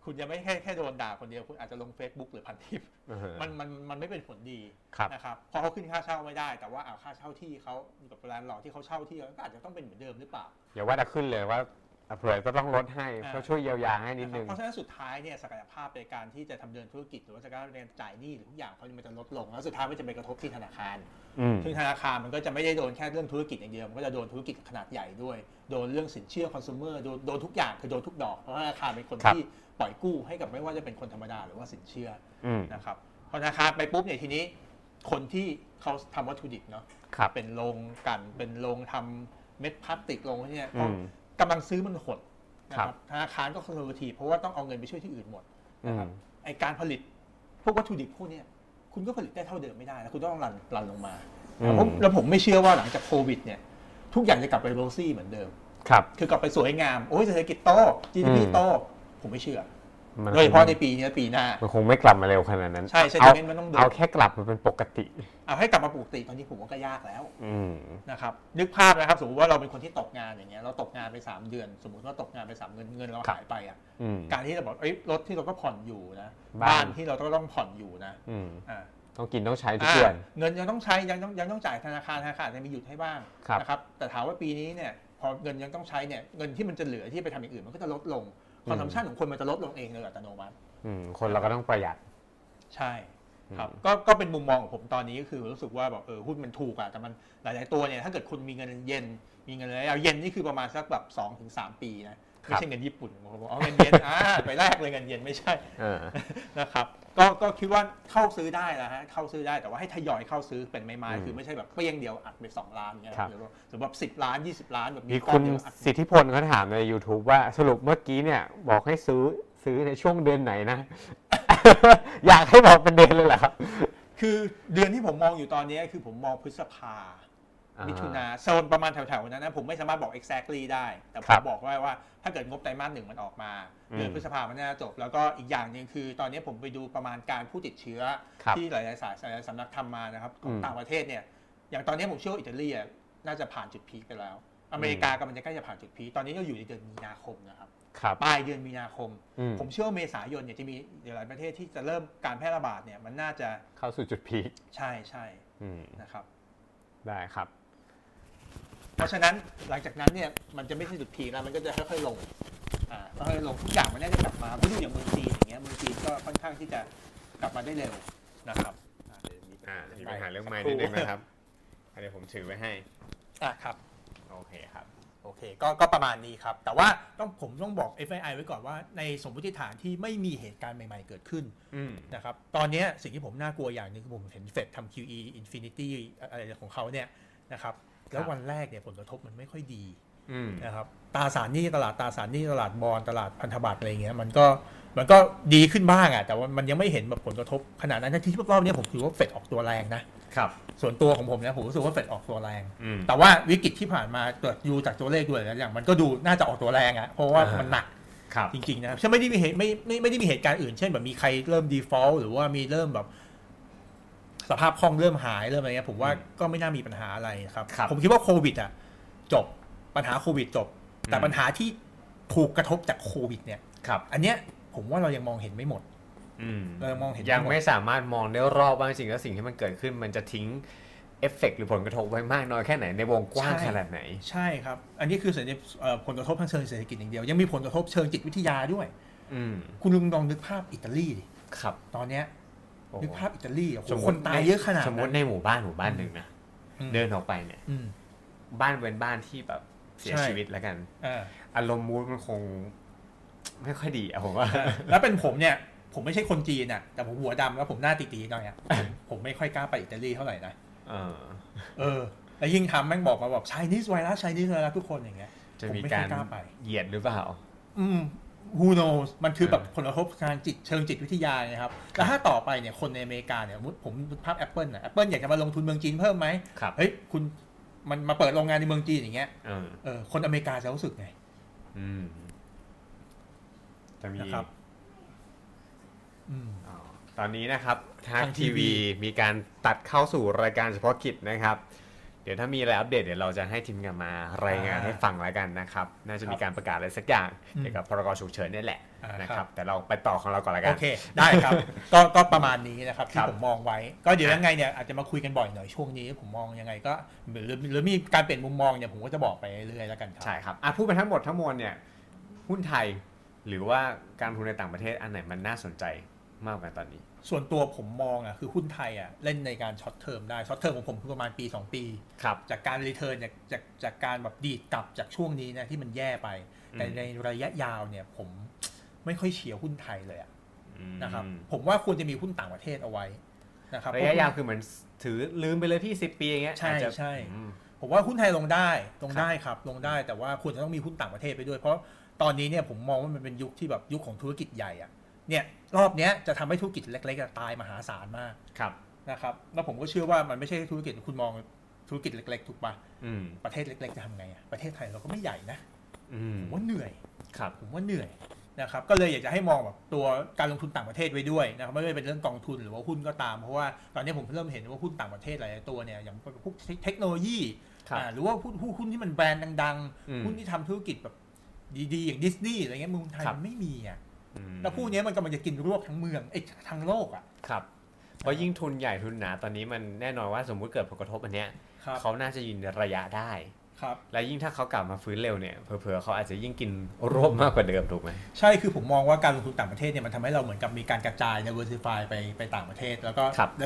คุณจะไม่แค่แค่โดนด่าคนเดียวคุณอาจจะลง Facebook หรือพันทิปมันมันมันไม่เป็นผลดีนะครับเพราะเขาขึ้นค่าเช่าไม่ได้แต่ว่าเอาค่าเช่าที่เขากับแลนด์ลอร์ดที่เขาเช่าที่ก็อาจจะต้องเป็นเหมือนเดิมหรือเปล่าอย่าว่าจะขึ้นเลยว่าเผื่อก็ต้องลดให้ก็ช่วยเยียวยาให้นิดนึงเพราะฉะนั้นสุดท้ายเนี่ยศักยภาพในการที่จะทำเดินธุรกิจหรือว่าจะการจ่ายหนี้หรือทุกอย่างเขามันจะลดลงแล้วสุดท้ายมันจะไปกระทบที่ธนาคารซึ่งธนาคารมันก็จะไม่ได้โดนแค่เรื่องธุรกิจอย่างเดียวมันก็จะโดนธุรกิจขนาดใหญ่ด้วยโดนเรื่องสินเชื่อคอน sumer โดนโดนทุกอย่างคือโดนทุกดอกเพราะธนาคารเป็นคนที่ปล่อยกู้ให้กับไม่ว่าจะเป็นคนธรรมดาหรือว่าสินเชื่อนะครับพอธนาคารไปปุ๊บเนี่ยทีนี้คนที่เขาทำวัตถุดิบเนาะเป็นโรงกันเป็นโรงทำเม็ดพลาสติกโรงเนี่ยกำลังซื้อมันหดนะครับธนาคารก็คอนเซอร์เวทีฟเพราะว่าต้องเอาเงินไปช่วยที่อื่นหมดนะครับไอการผลิตพวกวัตถุดิบพวกนี้คุณก็ผลิตได้เท่าเดิมไม่ได้แล้วคุณต้องรันรันลงมาแล้วผมไม่เชื่อว่าหลังจากโควิดเนี่ยทุกอย่างจะกลับไปโรซี่เหมือนเดิมครับคือกลับไปสวยงามโอ้ยเศรษฐกิจโต จี ดี พี โตผมไม่เชื่อโดยเฉพาะในปีนี้ปีหน้ามันคงไม่กลับมาเร็วขนาดนั้นใช่ใช่เอาเอาแค่กลับมาเป็นปกติเอาให้กลับมาปกติตอนนี้ผมว่าก็ยากแล้วนะครับนึกภาพนะครับสมมติว่าเราเป็นคนที่ตกงานอย่างเงี้ยเราตกงานไปสามเดือนสมมติว่าตกงานไปสามเงินเงินเราหายไปอ่ะการที่เราบอกเอ้ยรถที่เราก็ผ่อนอยู่นะบ้านที่เราก็ต้องผ่อนอยู่นะอ่าต้องกินต้องใช้ทุกเดือนเงินยังต้องใช้ยังต้องยังต้องจ่ายธนาคารธนาคารจะมีหยุดให้บ้างนะครับแต่ถามว่าปีนี้เนี่ยพอเงินยังต้องใช้เนี่ยเงินที่มันจะเหลือที่ไปทำอย่างอื่นมันก็จะลดลงคอนซัมชันของคนมันจะลดลงเองโดยอัตโนมัติคนเราก็ต้องประหยัดใช่ครับก็ก็เป็นมุมมองของผมตอนนี้ก็คือรู้สึกว่าแบบเออหุ้นมันถูกอะแต่มันหลายๆตัวเนี่ยถ้าเกิดคุณมีเงินเย็นมีเงินระยะเย็นนี่คือประมาณสักแบบ สองถึงสาม ปีนะไม่ใช่เงินญี่ปุ่นผมบอกเอาเงินเย็นอ่าไปแลกเลยเงินเย็นไม่ใช่นะครับก็ก็คิดว่าเข้าซื้อได้นะฮะเข้าซื้อได้แต่ว่าให้ทยอยเข้าซื้อเป็นไม้ๆคือไม่ใช่แบบเปรี้ยงเดียวอัดไปสองล้านเงี้ยหรือว่าสมมติสิบล้านยี่สิบล้านแบบมีคุณสิทธิพลเขาถามใน YouTube ว่าสรุปเมื่อกี้เนี่ยบอกให้ซื้อซื้อในช่วงเดือนไหนนะ อยากให้บอกเป็นเดือนเลยเหรอครับคือเดือนที่ผมมองอยู่ตอนนี้คือผมมองพฤษภามิถุนาโซนประมาณแถวๆนั้นนะผมไม่สามารถบอก exactly ได้แต่ผมบอกว่าว่าถ้าเกิดงบไตรมาสหนึ่งมันออกมาเดือนพฤษภามันน่าจะจบแล้วก็อีกอย่างนึงคือตอนนี้ผมไปดูประมาณการผู้ติดเชื้อที่หลายๆสายสำนักทำมานะครับของต่างประเทศเนี่ยอย่างตอนนี้ผมเชื่อว่าอิตาลีน่าจะผ่านจุดพีคไปแล้วอเมริกากำลังจะใกล้จะผ่านจุดพีคตอนนี้เราอยู่ในเดือนมีนาคมนะครับปลายเดือนมีนาคมผมเชื่อว่าเมษายนเนี่ยจะมีหลายประเทศที่จะเริ่มการแพร่ระบาดเนี่ยมันน่าจะเข้าสู่จุดพีคใช่ใช่นะครับได้ครับเพราะฉะนั้นหลังจากนั้นเนี่ยมันจะไม่ใช่จุดพีคแล้วมันก็จะค่อยๆลงอ่าค่อยๆลงทุกอย่างมันน่าจะกลับมาเพราะดูอย่างเมืองจีนอย่างเงี้ยเมืองจีนก็ค่อนข้างที่จะกลับมาได้เร็วนะครับอ่ามีปัญหาเรื่องไม้นิดนึงนะครับเดี๋ยวผมถือไว้ให้อ่าครับโอเคครับโอเคก็ก็ประมาณนี้ครับแต่ว่าต้องผมต้องบอก เอฟ ไอ ไอ ไว้ก่อนว่าในสมมติฐานที่ไม่มีเหตุการณ์ใหม่ๆเกิดขึ้นนะครับตอนนี้สิ่งที่ผมน่ากลัวอย่างนึงคือผมเห็นเฟดทำ คิว อี Infinity อะไรของเขาเนี่ยนะครับแล้ววันแรกเนี่ยผลกระทบมันไม่ค่อยดีนะครับตราสารหนี้ตลาดตราสารหนี้ตลาดบอนด์ตลาดพันธบัตรอะไรเงี้ยมันก็มันก็ดีขึ้นบ้างอ่ะแต่ว่ามันยังไม่เห็นแบบผลกระทบขนาดนั้นที่รอบนี้ผมถือว่าเฟดออกตัวแรงนะครับส่วนตัวของผมเนี่ยผมรู้สึกว่าเฟดออกตัวแรงแต่ว่าวิกฤตที่ผ่านมาเกิดดูจากตัวเลขด้วยแล้วอย่างมันก็ดูน่าจะออกตัวแรงอ่ะเพราะว่ามันหนักจริงๆนะครับไม่ได้มีเหตุไม่ไม่ไม่ได้มีเหตุการณ์อื่นเช่นแบบมีใครเริ่ม default หรือว่ามีเริ่มแบบสภาพคล่องเริ่มหายเริ่มอะไรเงี้ยผมว่าก็ไม่น่ามีปัญหาอะไรครับผมคิดว่าโควิดอ่ะจบปัญหาโควิดจบแต่ปัญหาที่ถูกกระทบจากโควิดเนี่ยอันเนี้ยผมว่าเรายังมองเห็นไม่หมดเรายังมองเห็นยังไม่สามารถมองได้รอบว่าจริงแล้วสิ่งที่มันเกิดขึ้นมันจะทิ้งเอฟเฟกต์หรือผลกระทบไว้มากน้อยแค่ไหนในวงกว้างขนาดไหนใช่ครับอันนี้คือผลกระทบทางเชิงเศรษฐกิจอย่างเดียวยังมีผลกระทบเชิงจิตวิทยาด้วยคุณลุงลองนึกภาพอิตาลีดิตอนเนี้ยนึกภาพอิตาลีคนตายเยอะขนาดสมมติในหมู่บ้านหมู่บ้านหนึ่งนะเดินออกไปเนี่ยบ้านเป็นบ้านที่แบบเสียชีวิตแล้วกันอารมณ์มูดมันคงไม่ค่อยดีอะผมว่าแล้วเป็นผมเนี่ยผมไม่ใช่คนจีนอ่ะแต่ผมหัวดำแล้วผมหน้าตีๆหน่อยอ่ะผมไม่ค่อยกล้าไปอิตาลีเท่าไหร่นะเออเออแล้วยิ่งทำแม่งบอกมาบอก Chinese virus Chinese virus ทุกคนอย่างเงี้ยจะมีการเหยียดหรือเปล่าอืม who knows มันคือแบบผลกระทบทางจิตเชิงจิตวิทยานะครับแล้วถ้าต่อไปเนี่ยคนในอเมริกาเนี่ยผมภาพ Apple น่ะ Apple อยากจะมาลงทุนเมืองจีนเพิ่มไหมเฮ้ยคุณมันมาเปิดโรงงานในเมืองจีนอย่างเงี้ยเออคนอเมริกาจะรู้สึกไงอืมจะมีตอนนี้นะครับทางทีวีมีการตัดเข้าสู่รายการเฉพาะกิจนะครับเดี๋ยวถ้ามีอะไรอัปเดตเดี๋ยวเราจะให้ทีมงานมารายงานให้ฟังแล้วกันนะครับน่าจะมีการประกาศอะไรสักอย่างเกี่ยวกับพรกฉุกเฉินนี่แหละนะครับแต่เราไปต่อของเราก่อนละกันโอเคได้ครับ ก็ก็ประมาณนี้นะครับที่ผมมองไว้ก็เดี๋ยวยังไงเนี่ยอาจจะมาคุยกันบ่อยหน่อยช่วงนี้ผมมองยังไงก็หรือหรือมีการเปลี่ยนมุมมองเนี่ยผมก็จะบอกไปเรื่อยๆแล้วกันครับใช่ครับอ่ะพูดไปทั้งหมดทั้งมวลเนี่ยหุ้นไทยหรือว่าการลงทุนในต่างประเทศอันไหนมันน่าสนใจมากกว่าตอนนี้ส่วนตัวผมมองอ่ะคือหุ้นไทยอ่ะเล่นในการช็อตเทอมได้ช็อตเทอมของผมคือประมาณปีสองปีจากการรีเทิร์นจากจากจากการแบบดีดกลับจากช่วงนี้นะที่มันแย่ไปแต่ในระยะยาวเนี่ยผมไม่ค่อยเชียร์หุ้นไทยเลยอ่ะนะครับผมว่าควรจะมีหุ้นต่างประเทศเอาไว้นะครับระยะยาวคือเหมือนถือลืมไปเลยพี่สิบปีอย่างเงี้ยใช่ใช่ผมว่าหุ้นไทยลงได้ลงได้ครับลงได้แต่ว่าควรจะต้องมีหุ้นต่างประเทศไปด้วยเพราะตอนนี้เนี่ยผมมองว่ามันเป็นยุคที่แบบยุคของธุรกิจใหญ่อ่ะเนี่ยรอบนี้จะทำให้ธุรกิจเล็กๆตายมหาศาลมากนะครับแล้วผมก็เชื่อว่ามันไม่ใช่ธุรกิจคุณมองธุรกิจเล็กๆถูกป่ะประเทศเล็กๆจะทำไงอ่ะประเทศไทยเราก็ไม่ใหญ่นะผมว่าเหนื่อยผมว่าเหนื่อยนะครับก็เลยอยากจะให้มองแบบตัวการลงทุนต่างประเทศไว้ด้วยนะครับไม่ว่าเป็นเรื่องกองทุนหรือว่าหุ้นก็ตามเพราะว่าตอนนี้ผมเริ่มเห็นว่าหุ้นต่างประเทศหลายตัวเนี่ยอย่างพวกเทคโนโลยีหรือว่าหุ้นหุ้นที่มันแบรนด์ดังๆหุ้นที่ทำธุรกิจแบบดีๆอย่างดิสนีย์อะไรเงี้ยเมืองไทยมันไม่มีอ่ะแล้วพวกนี้มันกำลังจะกินรวบทั้งเมืองไอ้ทั้งโลกอ่ะครับเพราะยิ่งทุนใหญ่ทุนหนาตอนนี้มันแน่นอนว่าสมมุติเกิดผลกระทบอันเนี้ยเขาน่าจะยืนระยะได้และยิ่งถ้าเขากลับมาฟื้นเร็วเนี่ยเผลอๆเขาอาจจะยิ่งกินรวบมากกว่าเดิมถูกไหมใช่คือผมมองว่าการลงทุนต่างประเทศเนี่ยมันทำให้เราเหมือนกับมีการกระจาย diversify ไปไปต่างประเทศแล้วก็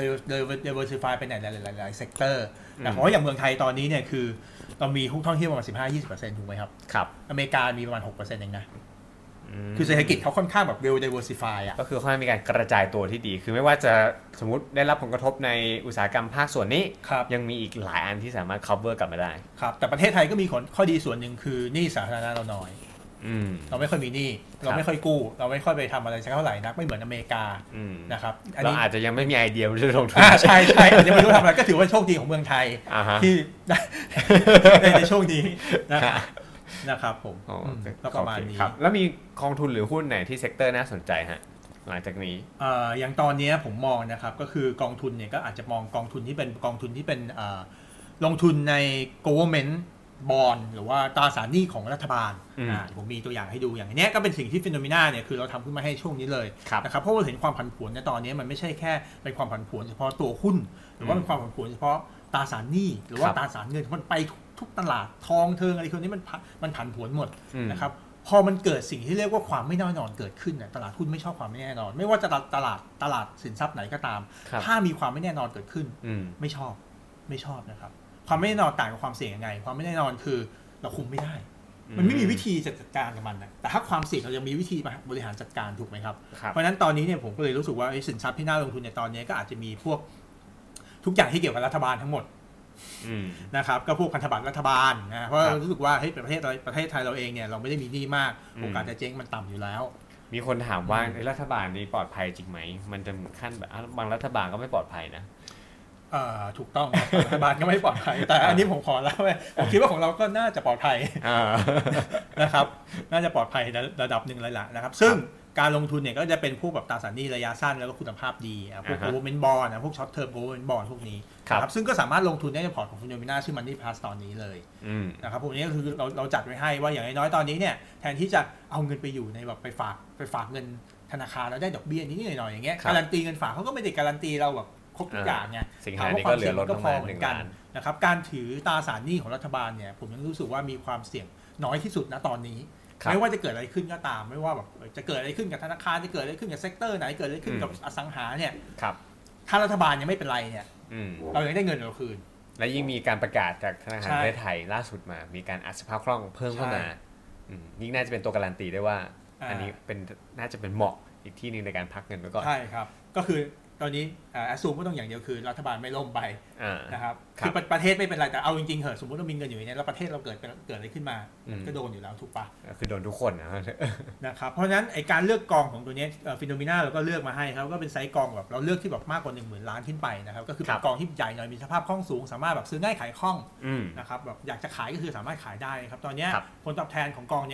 diversify ไปในหลายๆเซกเตอร์แต่เพราะอย่างเมืองไทยตอนนี้เนี่ยคือเรามีท่องเที่ยวประมาณ สิบห้าถึงยี่สิบเปอร์เซ็นต์ ถูกไหมครับครับอเมริกามีประมาณ หกเปอร์เซ็นต์ เองนะคือเศรษฐกิจเขาค่อนข้างแบบ well diversify อ่ะก็คือค่อนข้างมีการกระจายตัวที่ดีคือไม่ว่าจะสมมติได้รับผลกระทบในอุตสาหกรรมภาคส่วนนี้ยังมีอีกหลายอันที่สามารถ cover กลับมาได้ครับแต่ประเทศไทยก็มีข้อดีส่วนหนึ่งคือหนี้สาธารณะเราน้อยเราไม่ค่อยมีหนี้เราไม่ค่อยกู้เราไม่ค่อยไปทำอะไรสักเท่าไหร่นักไม่เหมือนอเมริกานะครับเราอาจจะยังไม่มีไอเดียที่จะลงทุนใช่ใช่อาจจะไม่รู้ทำอะไรก็ถือว่าโชคดีของเมืองไทยที่ในช่วงนี้นะครับนะครับผมก็ประมาณนี้แล้วมีกองทุนหรือหุ้นไหนที่เซกเตอร์น่าสนใจฮะหลังจากนี้อย่างตอนนี้ผมมองนะครับก็คือกองทุนเนี่ยก็อาจจะมองกองทุนที่เป็นกองทุนที่เป็นลงทุนใน government bond หรือว่าตราสารหนี้ของรัฐบาลผมมีตัวอย่างให้ดูอย่างนี้ก็เป็นสิ่งที่ฟิโนเมนาเนี่ยคือเราทำขึ้นมาให้ช่วงนี้เลยนะครับเพราะเราเห็นความผันผวนในตอนนี้มันไม่ใช่แค่เป็นความผันผวนเฉพาะตัวหุ้นหรือว่าเป็นความผันผวนเฉพาะตราสารหนี้หรือว่าตราสารเงินมันไปทุกตลาดทองเทิงอะไรคนนี้มันมันผันผวนหมดนะครับพอมันเกิดสิ่งที่เรียกว่าความไม่แน่นอนเกิดขึ้นเนี่ยตลาดหุ้นไม่ชอบความไม่แน่นอนไม่ว่าจะตลาดตลาดสินทรัพย์ไหนก็ตามถ้ามีความไม่แน่นอนเกิดขึ้นไม่ชอบไม่ชอบนะครับความไม่แน่นอนต่างกับความเสี่ยงยังไงความไม่แน่นอนคือเราคุมไม่ได้มันไม่มีวิธีจัดการกับมันนะแต่ถ้าความเสี่ยงเรายังมีวิธีบริหารจัดการถูกไหมครับเพราะฉะนั้นตอนนี้เนี่ยผมก็เลยรู้สึกว่าสินทรัพย์ที่น่าลงทุนในตอนนี้ก็อาจจะมีพวกทุกอย่างที่เกี่ยวกับรัฐบาลทั้งหมดนะครับก็พวกพันธบัตรรัฐบาลนะเพราะเรารู้สึกว่าเฮ้ยประเทศประเทศไทยเราเองเนี่ยเราไม่ได้มีหนี้มากโอกาสจะเจ๊งมันต่ำอยู่แล้วมีคนถามว่ารัฐบาลนี้ปลอดภัยจริงไหมมันจะขั้นแบบบางรัฐบาลก็ไม่ปลอดภัยนะถูกต้องรัฐบาลก็ไม่ปลอดภัยแต่อันนี้ผมขอแล้วผมคิดว่าของเราก็น่าจะปลอดภัยนะครับน่าจะปลอดภัยระดับหนึ่งเลยล่ะนะครับซึ่งการลงทุนเนี่ยก็จะเป็นพวกแบบตราสารหนี้ระยะสั้นแล้วก็คุณภาพดีพวก government bond นะพวก short term government bond พวกนี้ครับซึ่งก็สามารถลงทุนได้ในพอร์ตของฟิโนเมนาชื่อ Money Plus ตอนนี้เลยนะครับพวกนี้ก็คือเราเราจัดไว้ให้ว่าอย่างน้อยๆตอนนี้เนี่ยแทนที่จะเอาเงินไปอยู่ในแบบไปฝากไปฝากเงินธนาคารแล้วได้ดอกเบี้ยนิดๆหน่อยๆอย่างเงี้ยการันตีเงินฝากเขาก็ไม่ได้การันตีเราแบบครบทุกอย่างไงถามว่าความเสี่ยงก็พอเหมือนกันนะครับการถือตราสารหนี้ของรัฐบาลเนี่ยผมยังรู้สึกว่ามีความเสี่ยงน้อยที่สุดนะตอนนี้ไม่ว่าจะเกิดอะไรขึ้นก็ตามไม่ว่าแบบจะเกิดอะไรขึ้นกับธนาคารจะเกิดอะไรขึ้นกับเซกเตอร์ไหนเกิดอะไรขึ้นกับอสังหาเนี่ยถ้ารัฐบาลยังไม่เป็นไรเนี่ยเรายังได้เงินเราคืนและยิ่งมีการประกาศจากธนาคารประเทศไทยล่าสุดมามีการอัดสภาพคล่องเพิ่มเข้ามายิ่งน่าจะเป็นตัวการันตีได้ว่าอันนี้เป็นน่าจะเป็นเหมาะอีกที่นึงในการพักเงินไว้ก่อนใช่ครับก็คือตอนนี้แอสซูมก็ต้องอย่างเดียวคือรัฐบาลไม่ล่มไปนะครับคือประเทศไม่เป็นไรแต่เอาจริงๆเหอะสมมติเรามีเงินอยู่ในแล้วประเทศเราเกิดเกิดอะไรขึ้นมาก็โดนอยู่แล้วถูกปะคือโดนทุกคนนะนะครับเพราะฉะนั้นไอการเลือกกองของตัวนี้ฟิโนเมนาเราก็เลือกมาให้ครับก็เป็นไซส์กองแบบเราเลือกที่แบบมากกว่าหนึ่งหมื่นล้านขึ้นไปนะครับก็คือเป็นกองที่ใหญ่หน่อยมีสภาพคล่องสูงสามารถแบบซื้อง่ายขายคล่องนะครับแบบอยากจะขายก็คือสามารถขายได้ครับตอนนี้ผลตอบแทนของกองนี้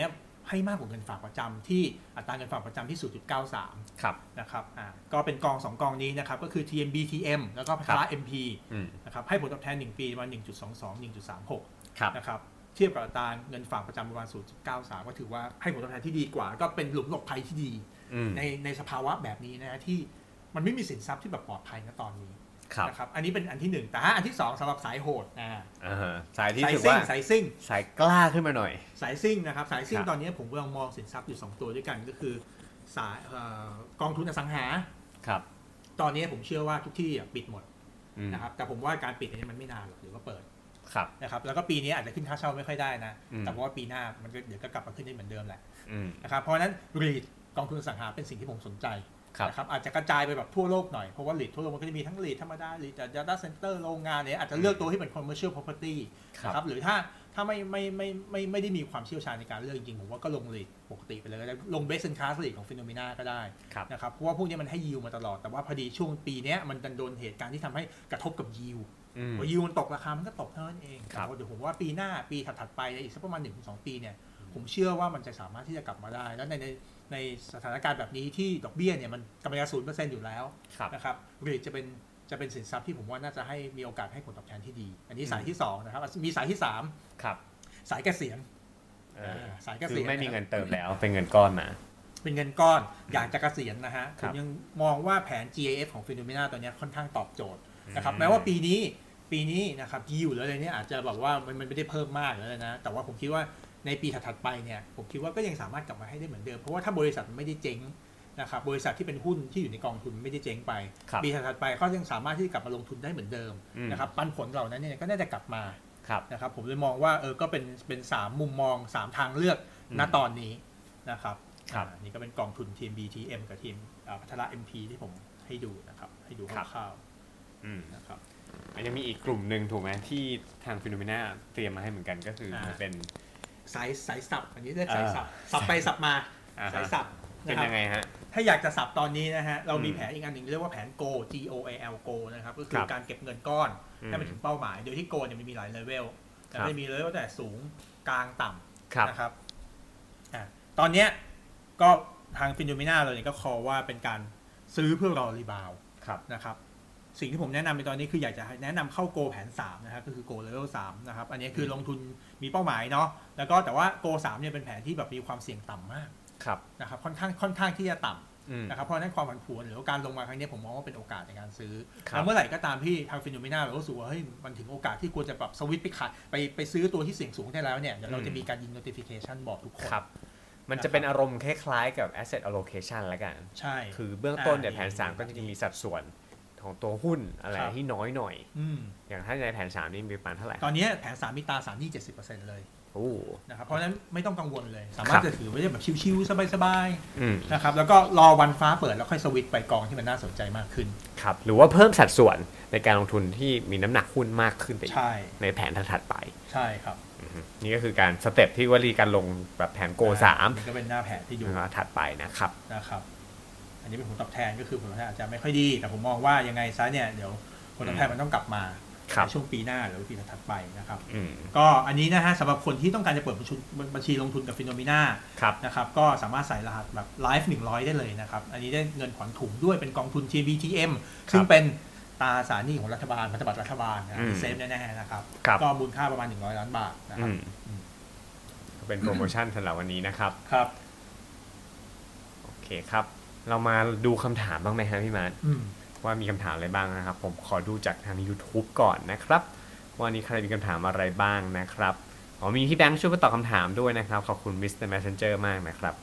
ให้มากกว่าเงินฝากประจำที่อัตราเงินฝากประจำที่ ศูนย์จุดเก้าสามครับนะครับอ่าก็เป็นกองสองกองนี้นะครับก็คือ ที เอ็ม บี ที เอ็ม แล้วก็พัฒนา เอ็ม พี นะครับให้ผลตอบแทนหนึ่งปีประมาณ หนึ่งจุดสองสอง หนึ่งจุดสามหก นะครับเทียบกับอัตราเงินฝากประจำประมาณ ศูนย์จุดเก้าสาม ก็ถือว่าให้ผลตอบแทนที่ดีกว่าก็เป็นหลุมหลบภัยที่ดีในในสภาวะแบบนี้นะที่มันไม่มีสินทรัพย์ที่แบบปลอดภัยณตอนนี้นะครับอันนี้เป็นอันที่หนึ่งแต่อันที่สองสำหรับสายโหดอ่าสายที่ถือว่าสายซิ่งสายกล้าขึ้นมาหน่อยสายซิ่งนะครับสายซิ่งตอนนี้ผมกำลังมองสินทรัพย์อยู่สองตัวด้วยกันก็คือสายกองทุนอสังหาครับตอนนี้ผมเชื่อว่าทุกที่ปิดหมดนะครับแต่ผมว่าการปิดนี้มันไม่นานหรอกหรือว่าเปิดนะครับแล้วก็ปีนี้อาจจะขึ้นค่าเช่าไม่ค่อยได้นะแต่ว่าปีหน้ามันก็เดี๋ยวก็กลับมาขึ้นได้เหมือนเดิมแหละนะครับเพราะฉะนั้นรีทกองทุนอสังหาเป็นสิ่งที่ผมสนใจนะครับอาจจะกระจายไปแบบทั่วโลกหน่อยเพราะว่ารีททั่วโลกมันก็จะมีทั้งรีทธรรมดารีท data center โรงงานเนี่ยอาจจะเลือกตัวที่เป็น commercial property นะครับหรือถ้าถ้าไม่ไม่ไม่ไม่ไม่ได้มีความเชี่ยวชาญในการเลือกจริงผมว่าก็ลงรีทปกติไปเลยลง best in class รีทของ Phenomena ก็ได้นะครับเพราะว่าพวกนี้มันให้ yield มาตลอดแต่ว่าพอดีช่วงปีนี้มันดันโดนเหตุการณ์ที่ทำให้กระทบกับ yield พอ yield มันตกราคามันก็ตกเท่านั้นเองแต่เดี๋ยวผมว่าปีหน้าปีถัดๆไปอีกสักประมาณ หนึ่งถึงสอง ปีเนี่ยผมเชื่อว่ามันจะสามารถที่จะกลับมาได้แล้วในในในสถานการณ์แบบนี้ที่ดอกเบี้ยเนี่ยมันกำลังจะ ศูนย์เปอร์เซ็นต์ อยู่แล้วนะครับรีทจะเป็นจะเป็นสินทรัพย์ที่ผมว่าน่าจะให้มีโอกาสให้ผลตอบแทนที่ดีอันนี้สายที่สองนะครับมีสายที่สามครับสายเกษียณสายเกษียณคือไม่มีเงินเติมแล้วเป็นเงินก้อนมาเป็นเงินก้อนอยากจะเกษียณนะฮะผมยังมองว่าแผน จี เอ เอฟ ของ Phenomena ตัวนี้ค่อนข้างตอบโจทย์นะครับแม้ว่าปีนี้ปีนี้นะครับยิวหรืออะไรเนี่ยอาจจะแบบว่ามันไม่ได้เพิ่มมากเลยนะแต่ว่าผมคิดว่าในปีถัดๆไปเนี่ยผมคิดว่าก็ยังสามารถกลับมาให้ได้เหมือนเดิมเพราะว่าถ้าบริษัทมันไม่ได้เจ๊งนะครับบริษัทที่เป็นหุ้นที่อยู่ในกองทุนไม่ได้เจ๊งไปปีถัดๆไปก็ยังสามารถที่จะกลับมาลงทุนได้เหมือนเดิมนะครับปันผลเหล่านั้นเนี่ยก็น่าจะกลับมานะครับผมเลยมองว่าเออก็เป็นเป็นสามมุมมองสามทางเลือกณตอนนี้นะครับนี่ก็เป็นกองทุนทีม บี ที เอ็ม กับทีมพัฒนา เอ็ม พี ที่ผมให้ดูนะครับให้ดูคร่าวๆนะครับมันยังมีอีกกลุ่มหนึ่งถูกไหมที่ทาง Phenomena เตรียมมาให้เหมือนกันก็คือมันเป็นสายสายสับอันนี้เรียกสายสับสับไปสับมาสายสับเป็นยังไงฮะถ้าอยากจะสับตอนนี้นะฮะเรามีแผนอีกอันหนึ่งเรียกว่าแผน Go G O A L Go นะครับก็คือการเก็บเงินก้อนให้มันถึงเป้าหมายโดยที่ Go เนี่ยมันมีหลายเลเวลแต่ไม่มีเลเวลแต่สูงกลางต่ำนะครับตอนนี้ก็ทาง Phenomena เราเนี่ยก็คอว่าเป็นการซื้อเพื่อรอรีบาวนะครับสิ่งที่ผมแนะนำในตอนนี้คืออยากจะแนะนำเข้า Go แผนสามนะครับก็คือ Go Level สามนะครับอันนี้คือลงทุนมีเป้าหมายเนาะแล้วก็แต่ว่า Go สามเนี่ยเป็นแผนที่แบบมีความเสี่ยงต่ำมากนะครับค่อนข้างค่อนข้างที่จะต่ำนะครับเพราะฉะนั้นความผันผวนหรือการลงมาครั้งนี้ผมมองว่าเป็นโอกาสในการซื้อแล้วเมื่อไหร่ก็ตามที่ทาง Phenomena เรารู้สึกว่าเฮ้ยมันถึงโอกาสที่ควรจะแบบสวิตช์ไปขายไปไปซื้อตัวที่เสี่ยงสูงได้แล้วเนี่ยเดี๋ยวเราจะมีการยิง notification บอกทุกคนมันจะเป็นอารมณ์คล้ายๆกับ asset allocation ละกันใช่คือเบื้องต้นเนี่ยแผนสามก็จะมีสัดส่วนของตัวหุ้นอะไรที่น้อยหน่อยอย่างถ้าในแผนสามนี่มีประมาณเท่าไหร่ตอนนี้แผนสามมีตราสารหนี้ เจ็ดสิบเปอร์เซ็นต์ เลยโอ้นะครับเพราะฉะนั้นไม่ต้องกังวลเลยสามารถจะถือไว้ได้แบบชิวๆสบายๆนะครับแล้วก็รอวันฟ้าเปิดแล้วค่อยสวิตช์ไปกองที่มันน่าสนใจมากขึ้นครับหรือว่าเพิ่มสัดส่วนในการลงทุนที่มีน้ำหนักหุ้นมากขึ้นไปในแผนถัดไปใช่ครับนี่ก็คือการสเต็ปที่ว่ารีการลงแบบแผนโกสามก็เป็นหน้าแผนที่ดูถัดไปนะครับนะครับอันนี้เป็นผลตอบแทนก็คือผลตอบแทนอาจจะไม่ค่อยดีแต่ผมมองว่ายังไงซะเนี่ยเดี๋ยวผลตอบแทนมันต้องกลับมาในช่วงปีหน้าหรือปีถัดไปนะครับก็อันนี้นะฮะสำหรับคนที่ต้องการจะเปิดบัญชีลงทุนกับ Phenomena นะครับก็สามารถใส่รหัสแบบ ไลฟ์ หนึ่งร้อยได้เลยนะครับอันนี้ได้เงินผ่อนถุงด้วยเป็นกองทุน ที บี ที เอ็ม ซึ่งเป็นตราสารหนี้ของรัฐบาลพันธบัตรรัฐบาลนะเซฟแน่ๆนะครับก็มูลค่าประมาณหนึ่งร้อยล้านบาทนะครับเป็นโปรโมชั่นสำหรับวันนี้นะครับครับโอเคครับเรามาดูคำถามบ้างไหมครับพี่มาร์ทว่ามีคำถามอะไรบ้างนะครับผมขอดูจากทาง YouTube ก่อนนะครับว่านี้ใครมีคำถามอะไรบ้างนะครับอ๋อมีพี่แบงค์ช่วยมาตอบคำถามด้วยนะครับขอบคุณ มิสเตอร์ Messenger มากนะครับ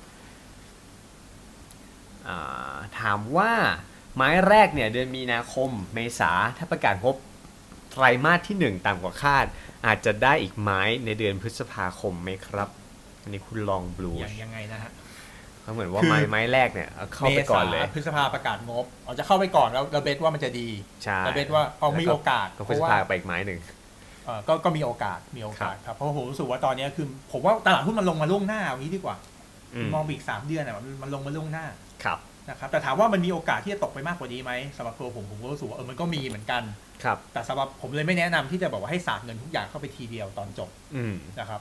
ถามว่าไม้แรกเนี่ยเดือนมีนาคมเมษาถ้าประกาศงบไตรมาสที่หนึ่งต่ำกว่าคาดอาจจะได้อีกไม้ในเดือนพฤษภาคมไหมครับอันนี้คุณลองบลูยังไงนะฮะเขาเหมือนว่าไม้ไม้แรกเนี่ยเข้าไปก่อนเลยพฤษภาประกาศงบเอาจะเข้าไปก่อนแล้วเราเบสว่ามันจะดีเราเบสว่าเอามีโอกาสพฤษภาไปอีกไม้หนึ่งก็ก็มีโอกาสมีโอกาสครับเพราะผมรู้สึกว่าตอนนี้คือผมว่าตลาดหุ้นมันลงมาล่วงหน้าอย่างนี้ดีกว่า มองอีกสามเดือนอ่ะมันลงมาล่วงหน้าครับนะครับแต่ถามว่ามันมีโอกาสที่จะตกไปมากกว่านี้ไหมสำหรับตัวผมผมก็รู้สึกว่าเออมันก็มีเหมือนกันครับแต่สำหรับผมเลยไม่แนะนำที่จะบอกว่าให้สาดเงินทุกอย่างเข้าไปทีเดียวตอนจบนะครับ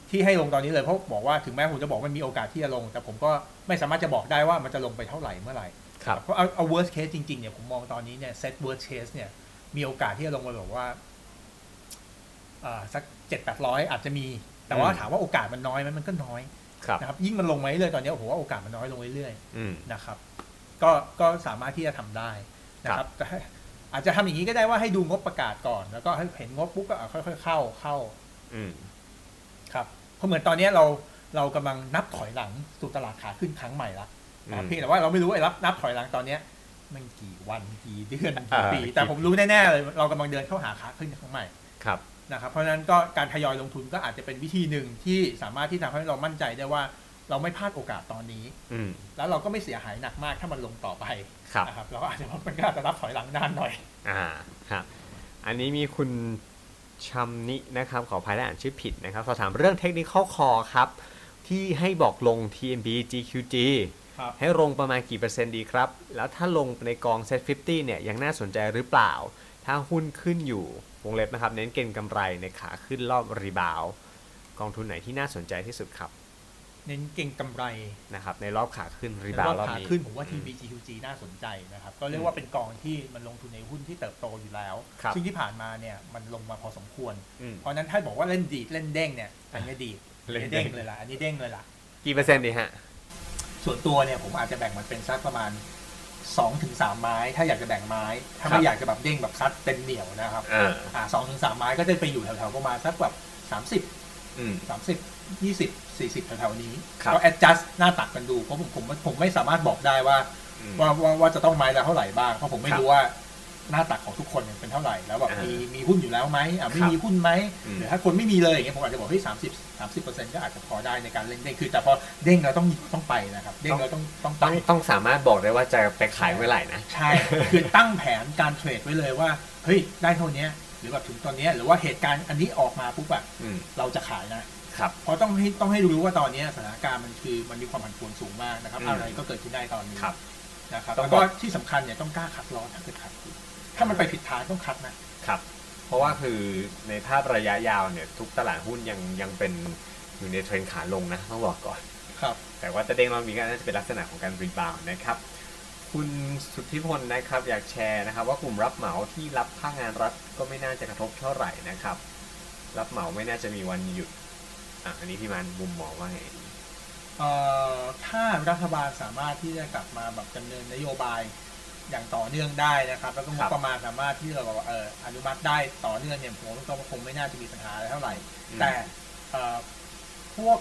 ที่ให้ลงตอนนี้เลยเพราะบอกว่าถึงแม้ผมจะบอกมันมีโอกาสที่จะลงแต่ผมก็ไม่สามารถจะบอกได้ว่ามันจะลงไปเท่าไหร่เมื่อไหร่เพราะเอาเอา worst case จริงๆเนี่ยผมมองตอนนี้เนี่ย set worst case เนี่ยมีโอกาสที่จะลงไปแบบว่าอ่าสักเจ็ดแปดร้อยอาจจะมีแต่ว่าถามว่าโอกาสมันน้อยไหมมันก็น้อยนะครับยิ่งมันลงมาเรื่อยๆตอนนี้ผมว่าโอกาสมันน้อยลงเรื่อยๆนะครับก็ก็สามารถที่จะทำได้นะครับแต่อาจจะทำอย่างนี้ก็ได้ว่าให้ดูงบประกาศก่อนแล้วก็ให้เห็นงบปุ๊บก็ค่อยๆเข้าเข้าครับเพราะเหมือนตอนนี้เราเรากำลังนับถอยหลังสู่ตลาดขาขึ้นครั้งใหม่ละเพียงแต่ว่าเราไม่รู้ไอ้รับนับถอยหลังตอนนี้มันกี่วันกี่เดือนกี่ปีแต่ผมรู้แน่ๆเลยเรากำลังเดินเข้าหาขาขึ้นครั้งใหม่นะครับเพราะฉะนั้นก็การทยอยลงทุนก็อาจจะเป็นวิธีหนึ่งที่สามารถที่ทำให้เรามั่นใจได้ว่าเราไม่พลาดโอกาสตอนนี้แล้วเราก็ไม่เสียหายหนักมากถ้ามันลงต่อไปนะครับเราก็อาจจะมันก็อาจจะรับถอยหลังนานหน่อยอ่าครับอันนี้มีคุณชัมนินะครับขออภัยถ้าอ่านชื่อผิดนะครับขอถามเรื่อง Technical Call ครับที่ให้บอกลง ที เอ็ม บี จี คิว จี ให้ลงประมาณกี่เปอร์เซ็นต์ดีครับแล้วถ้าลงในกอง เซ็ต ห้าสิบ เนี่ยยังน่าสนใจหรือเปล่าถ้าหุ้นขึ้นอยู่วงเล็บนะครับเน้นเก็งกำไรในขาขึ้นรอบรีบาวกองทุนไหนที่น่าสนใจที่สุดครับเน้นเก็งกำไรนะครับในรอบขาขึ้นรีบาวรอบนี้ขาขึ้นผมว่า ที บี จี คิว จี น่าสนใจนะครับก็เรียกว่าเป็นกองที่มันลงทุนในหุ้นที่เติบโตอยู่แล้วซึ่งที่ผ่านมาเนี่ยมันลงมาพอสมควรเพราะนั้นถ้าบอกว่าเล่นดีดเล่นเด้งเนี่ยอันนี้ดีดเด้งเลยล่ะอันนี้เด้งเลยล่ะกี่เปอร์เซ็นต์ดีฮะส่วนตัวเนี่ยผมอาจจะแบ่งมันเป็นสักประมาณ สองถึงสาม ไม้ถ้าอยากจะแบ่งไม้ถ้าไม่อยากจะแบบเด้งแบบซัดเต็มเหนียวนะครับอ่า สองถึงสาม ไม้ก็จะไปอยู่แถวๆประมาณสักแบบสามสิบอืมสามสิบ ยี่สิบ สี่สิบแถวๆนี้ก็ adjust หน้าตักกันดูเพราะผมผมผมไม่สามารถบอกได้ว่าว่าว่าว่าจะต้องไม้ละเท่าไหร่บ้างเพราะผมไม่รู้ว่าหน้าตักของทุกคนเป็นเท่าไหร่แล้วแบบมีมีหุ้นอยู่แล้วไหมอ่าไม่มีหุ้นไหมหรือถ้าคนไม่มีเลยอย่างเงี้ยผมอาจจะบอกเฮ้ยสามสิบ สามสิบเปอร์เซ็นต์ก็อาจจะพอได้ในการเล่นเด้งคือแต่พอเด้งเราต้องต้องไปนะครับเด้งเราต้องต้องต้องต้องสามารถบอกได้ว่าจะไปขายเมื่อไหร่นะใช่คือตั้งแผนการเทรดไว้เลยว่าเฮ้ยได้เท่านี้หรือแบบถึงตอนนี้หรือว่าเหตุการณ์อันนี้ออกมาปุ๊บแบบเราจะขายนะครับเพราะต้องให้ต้องให้รู้ว่าตอนนี้สถานการณ์มันคือมันมีความผันผวนสูงมากนะครับอะไรก็เกิดขึ้นได้ตอนนี้นะครับแล้วก็ที่สำคัญเนี่ยต้องกล้าคัดลอสถ้าเกิดคัดถ้ามันไปผิดทางต้องคัดนะครับเพราะว่าคือในภาพระยะยาวเนี่ยทุกตลาดหุ้นยังยังเป็นอยู่ในเทรนด์ขาลงนะต้องบอกก่อนครับแต่ว่าจะเด้งรอบนี้ก็น่าจะเป็นลักษณะของการรีบาวด์นะครับคุณสุทธิพลนะครับอยากแชร์นะครับว่ากลุ่มรับเหมาที่รับภาคงานรัฐก็ไม่น่าจะกระทบเท่าไหร่นะครับรับเหมาไม่น่าจะมีวันหยุดอ่ะอันนี้พี่มันมุมมองว่าไงเอ่อถ้ารัฐบาลสามารถที่จะกลับมาแบบดำเนินนโยบายอย่างต่อเนื่องได้นะครับแล้วก็งบประมาณสามารถที่เราเอ่ออนุมัติได้ต่อเนื่องเนี่ยผมก็คงไม่น่าจะมีปัญหาอะไรเท่าไหร่แต่พวก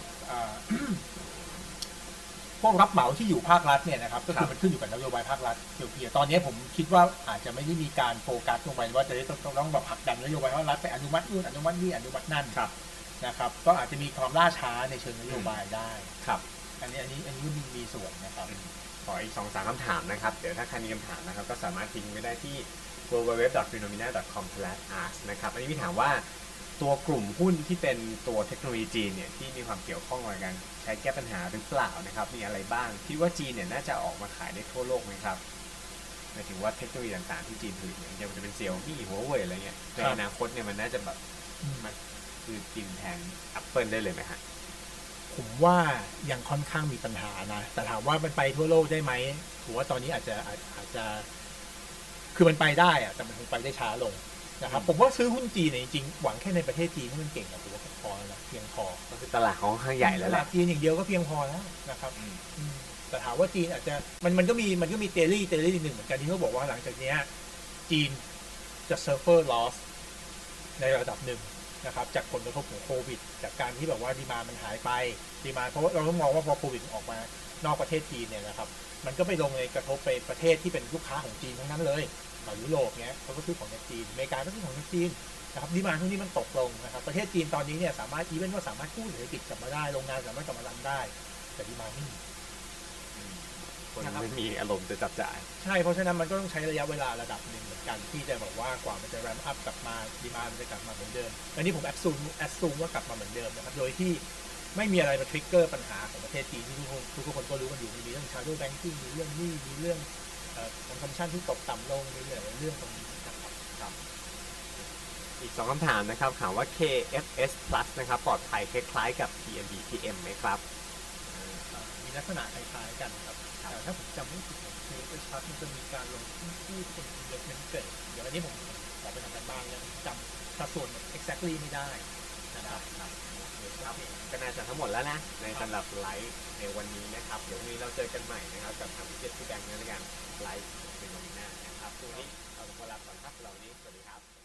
พวกรับเหมาที่อยู่ภาครัฐเนี่ยนะครับก็คือมันขึ้นอยู่กับนโยบายภาครัฐเกี่ยวๆตอนนี้ผมคิดว่าอาจจะไม่ได้มีการโฟกัสลงไปว่าจะต้องต้องแบบผลักดันนโยบายภาครัฐไปอนุมัตินู่นอนุมัตินี่อนุมัตินั่นนะครับก็อาจจะมีความล่าช้าในเชิงนโยบายได้ครับอันนี้อันนี้อันนี้มีมีส่วนนะครับขออีก สองสาม คำถามนะครับเดี๋ยวถ้าใครมีคำถามนะครับก็สามารถทิ้งไว้ได้ที่ ดับเบิลยู ดับเบิลยู ดับเบิลยู ดอท ฟีโนเมนา ดอท คอม สแลช อาร์ นะครับอันนี้มีถามว่าตัวกลุ่มหุ้นที่เป็นตัวเทคโนโลยีจีนเนี่ยที่มีความเกี่ยวข้องกับการใช้แก้ปัญหาหรือเปล่านะครับมีอะไรบ้างคิดว่าจีนเนี่ยน่าจะออกมาขายได้ทั่วโลกไหมครับหมายถึงว่าเทคโนโลยีต่างๆที่จีนผลิตเนี่ยจะเป็นเซี่ยวมี่หัวเว่ยอะไรเงี้ยในอนาคตเนี่ยมันน่าจะแบบมันคือกินแทน Apple ได้เลยไหมฮะผมว่ายังค่อนข้างมีปัญหานะแต่ถามว่ามันไปทั่วโลกได้ไหมผมว่าตอนนี้อาจจะอาจจะคือมันไปได้อะแต่มันคงไปได้ช้าลงนะครับผมว่าซื้อหุ้นจีนเนี่ยจริงๆหวังแค่ในประเทศจีนที่มันเก่งกับผมว่าพอแล้วเพียงพอก็คือตลาดของข้างใหญ่แล้วแหละตลาดจีนอย่างเดียวก็เพียงพอแล้วนะครับแต่ถามว่าจีนอาจจะมันมันก็มีมันก็มีเทอรี่เทอรี่หนึ่งเหมือนกันที่เขาบอกว่าหลังจากนี้จีนจะเซิร์ฟเวอร์ลอสในระดับหนึ่งนะครับจากผลกระทบของโควิดจากการที่แบบว่าดีมามันหายไปดีมาเพราะว่าเราต้องมองว่าพอโควิดออกมานอกประเทศจีนเนี่ยนะครับมันก็ไปลงในกระทบไปประเทศที่เป็นลูกค้าของจีนทั้งนั้นเลยยุโรปเนี้ยเขาก็ซื้อของจากจีนอเมริกาก็ซื้อของจากจีนนะครับดีมาทุกนี้มันตกลงนะครับประเทศจีนตอนนี้เนี่ยสามารถอีเวนต์ก็สามารถกู้เศรษฐกิจกลับมาได้โรงงานสามารถกลับมารันได้แต่ดีมาไม่มีคนไม่มีอารมณ์จะจับจ่ายใช่เพราะฉะนั้นมันก็ต้องใช้ระยะเวลาระดับหนึ่งเหมือนกันที่จะบอกว่ากว่ามันจะแรมอัพกลับมาดีมามันจะกลับมาเหมือนเดิมอันนี้ผมแอดซูมแอดซูมว่ากลับมาเหมือนเดิมนะครับโดยที่ไม่มีอะไรมาทริกเกอร์ปัญหาของประเทศจีนที่ทุกคนทุกคนก็รู้กันอยู่มีเรื่อง shadow banking มีเรื่องหนี้มีเรื่องคอนซัมชันที่ตกต่ำลงมีหลายเรื่องตรงนี้นะครับครับอีกสองคำถามนะครับถามว่า เค เอฟ เอส Plus นะครับปลอดภัยคล้ายๆกับ ที เอ็ม บี พี เอ็ม ไหมครับมีลักษณะคล้ายๆกันครับแต่ถ้าผมจำไม่ผิดของ เค เอฟ เอส Plus มันจะมีการลงทุนที่เป็น investment grade เดี๋ยวอันนี้ผมขอไปทำกันบ้างยังจำสัดส่วน exactly ไม่ได้นะครับครับก็น่าจะทั้งหมดแล้วนะในสำหรับไลฟ์ในวันนี้นะครับเดี๋ยววันนี้เราเจอกันใหม่นะครับกับทางวิเจ็ตที่แบงค์ในการไลฟ์ในวันหน้านะครับวันนี้เราขอลาก่อนครับเรานี้สวัสดีครับ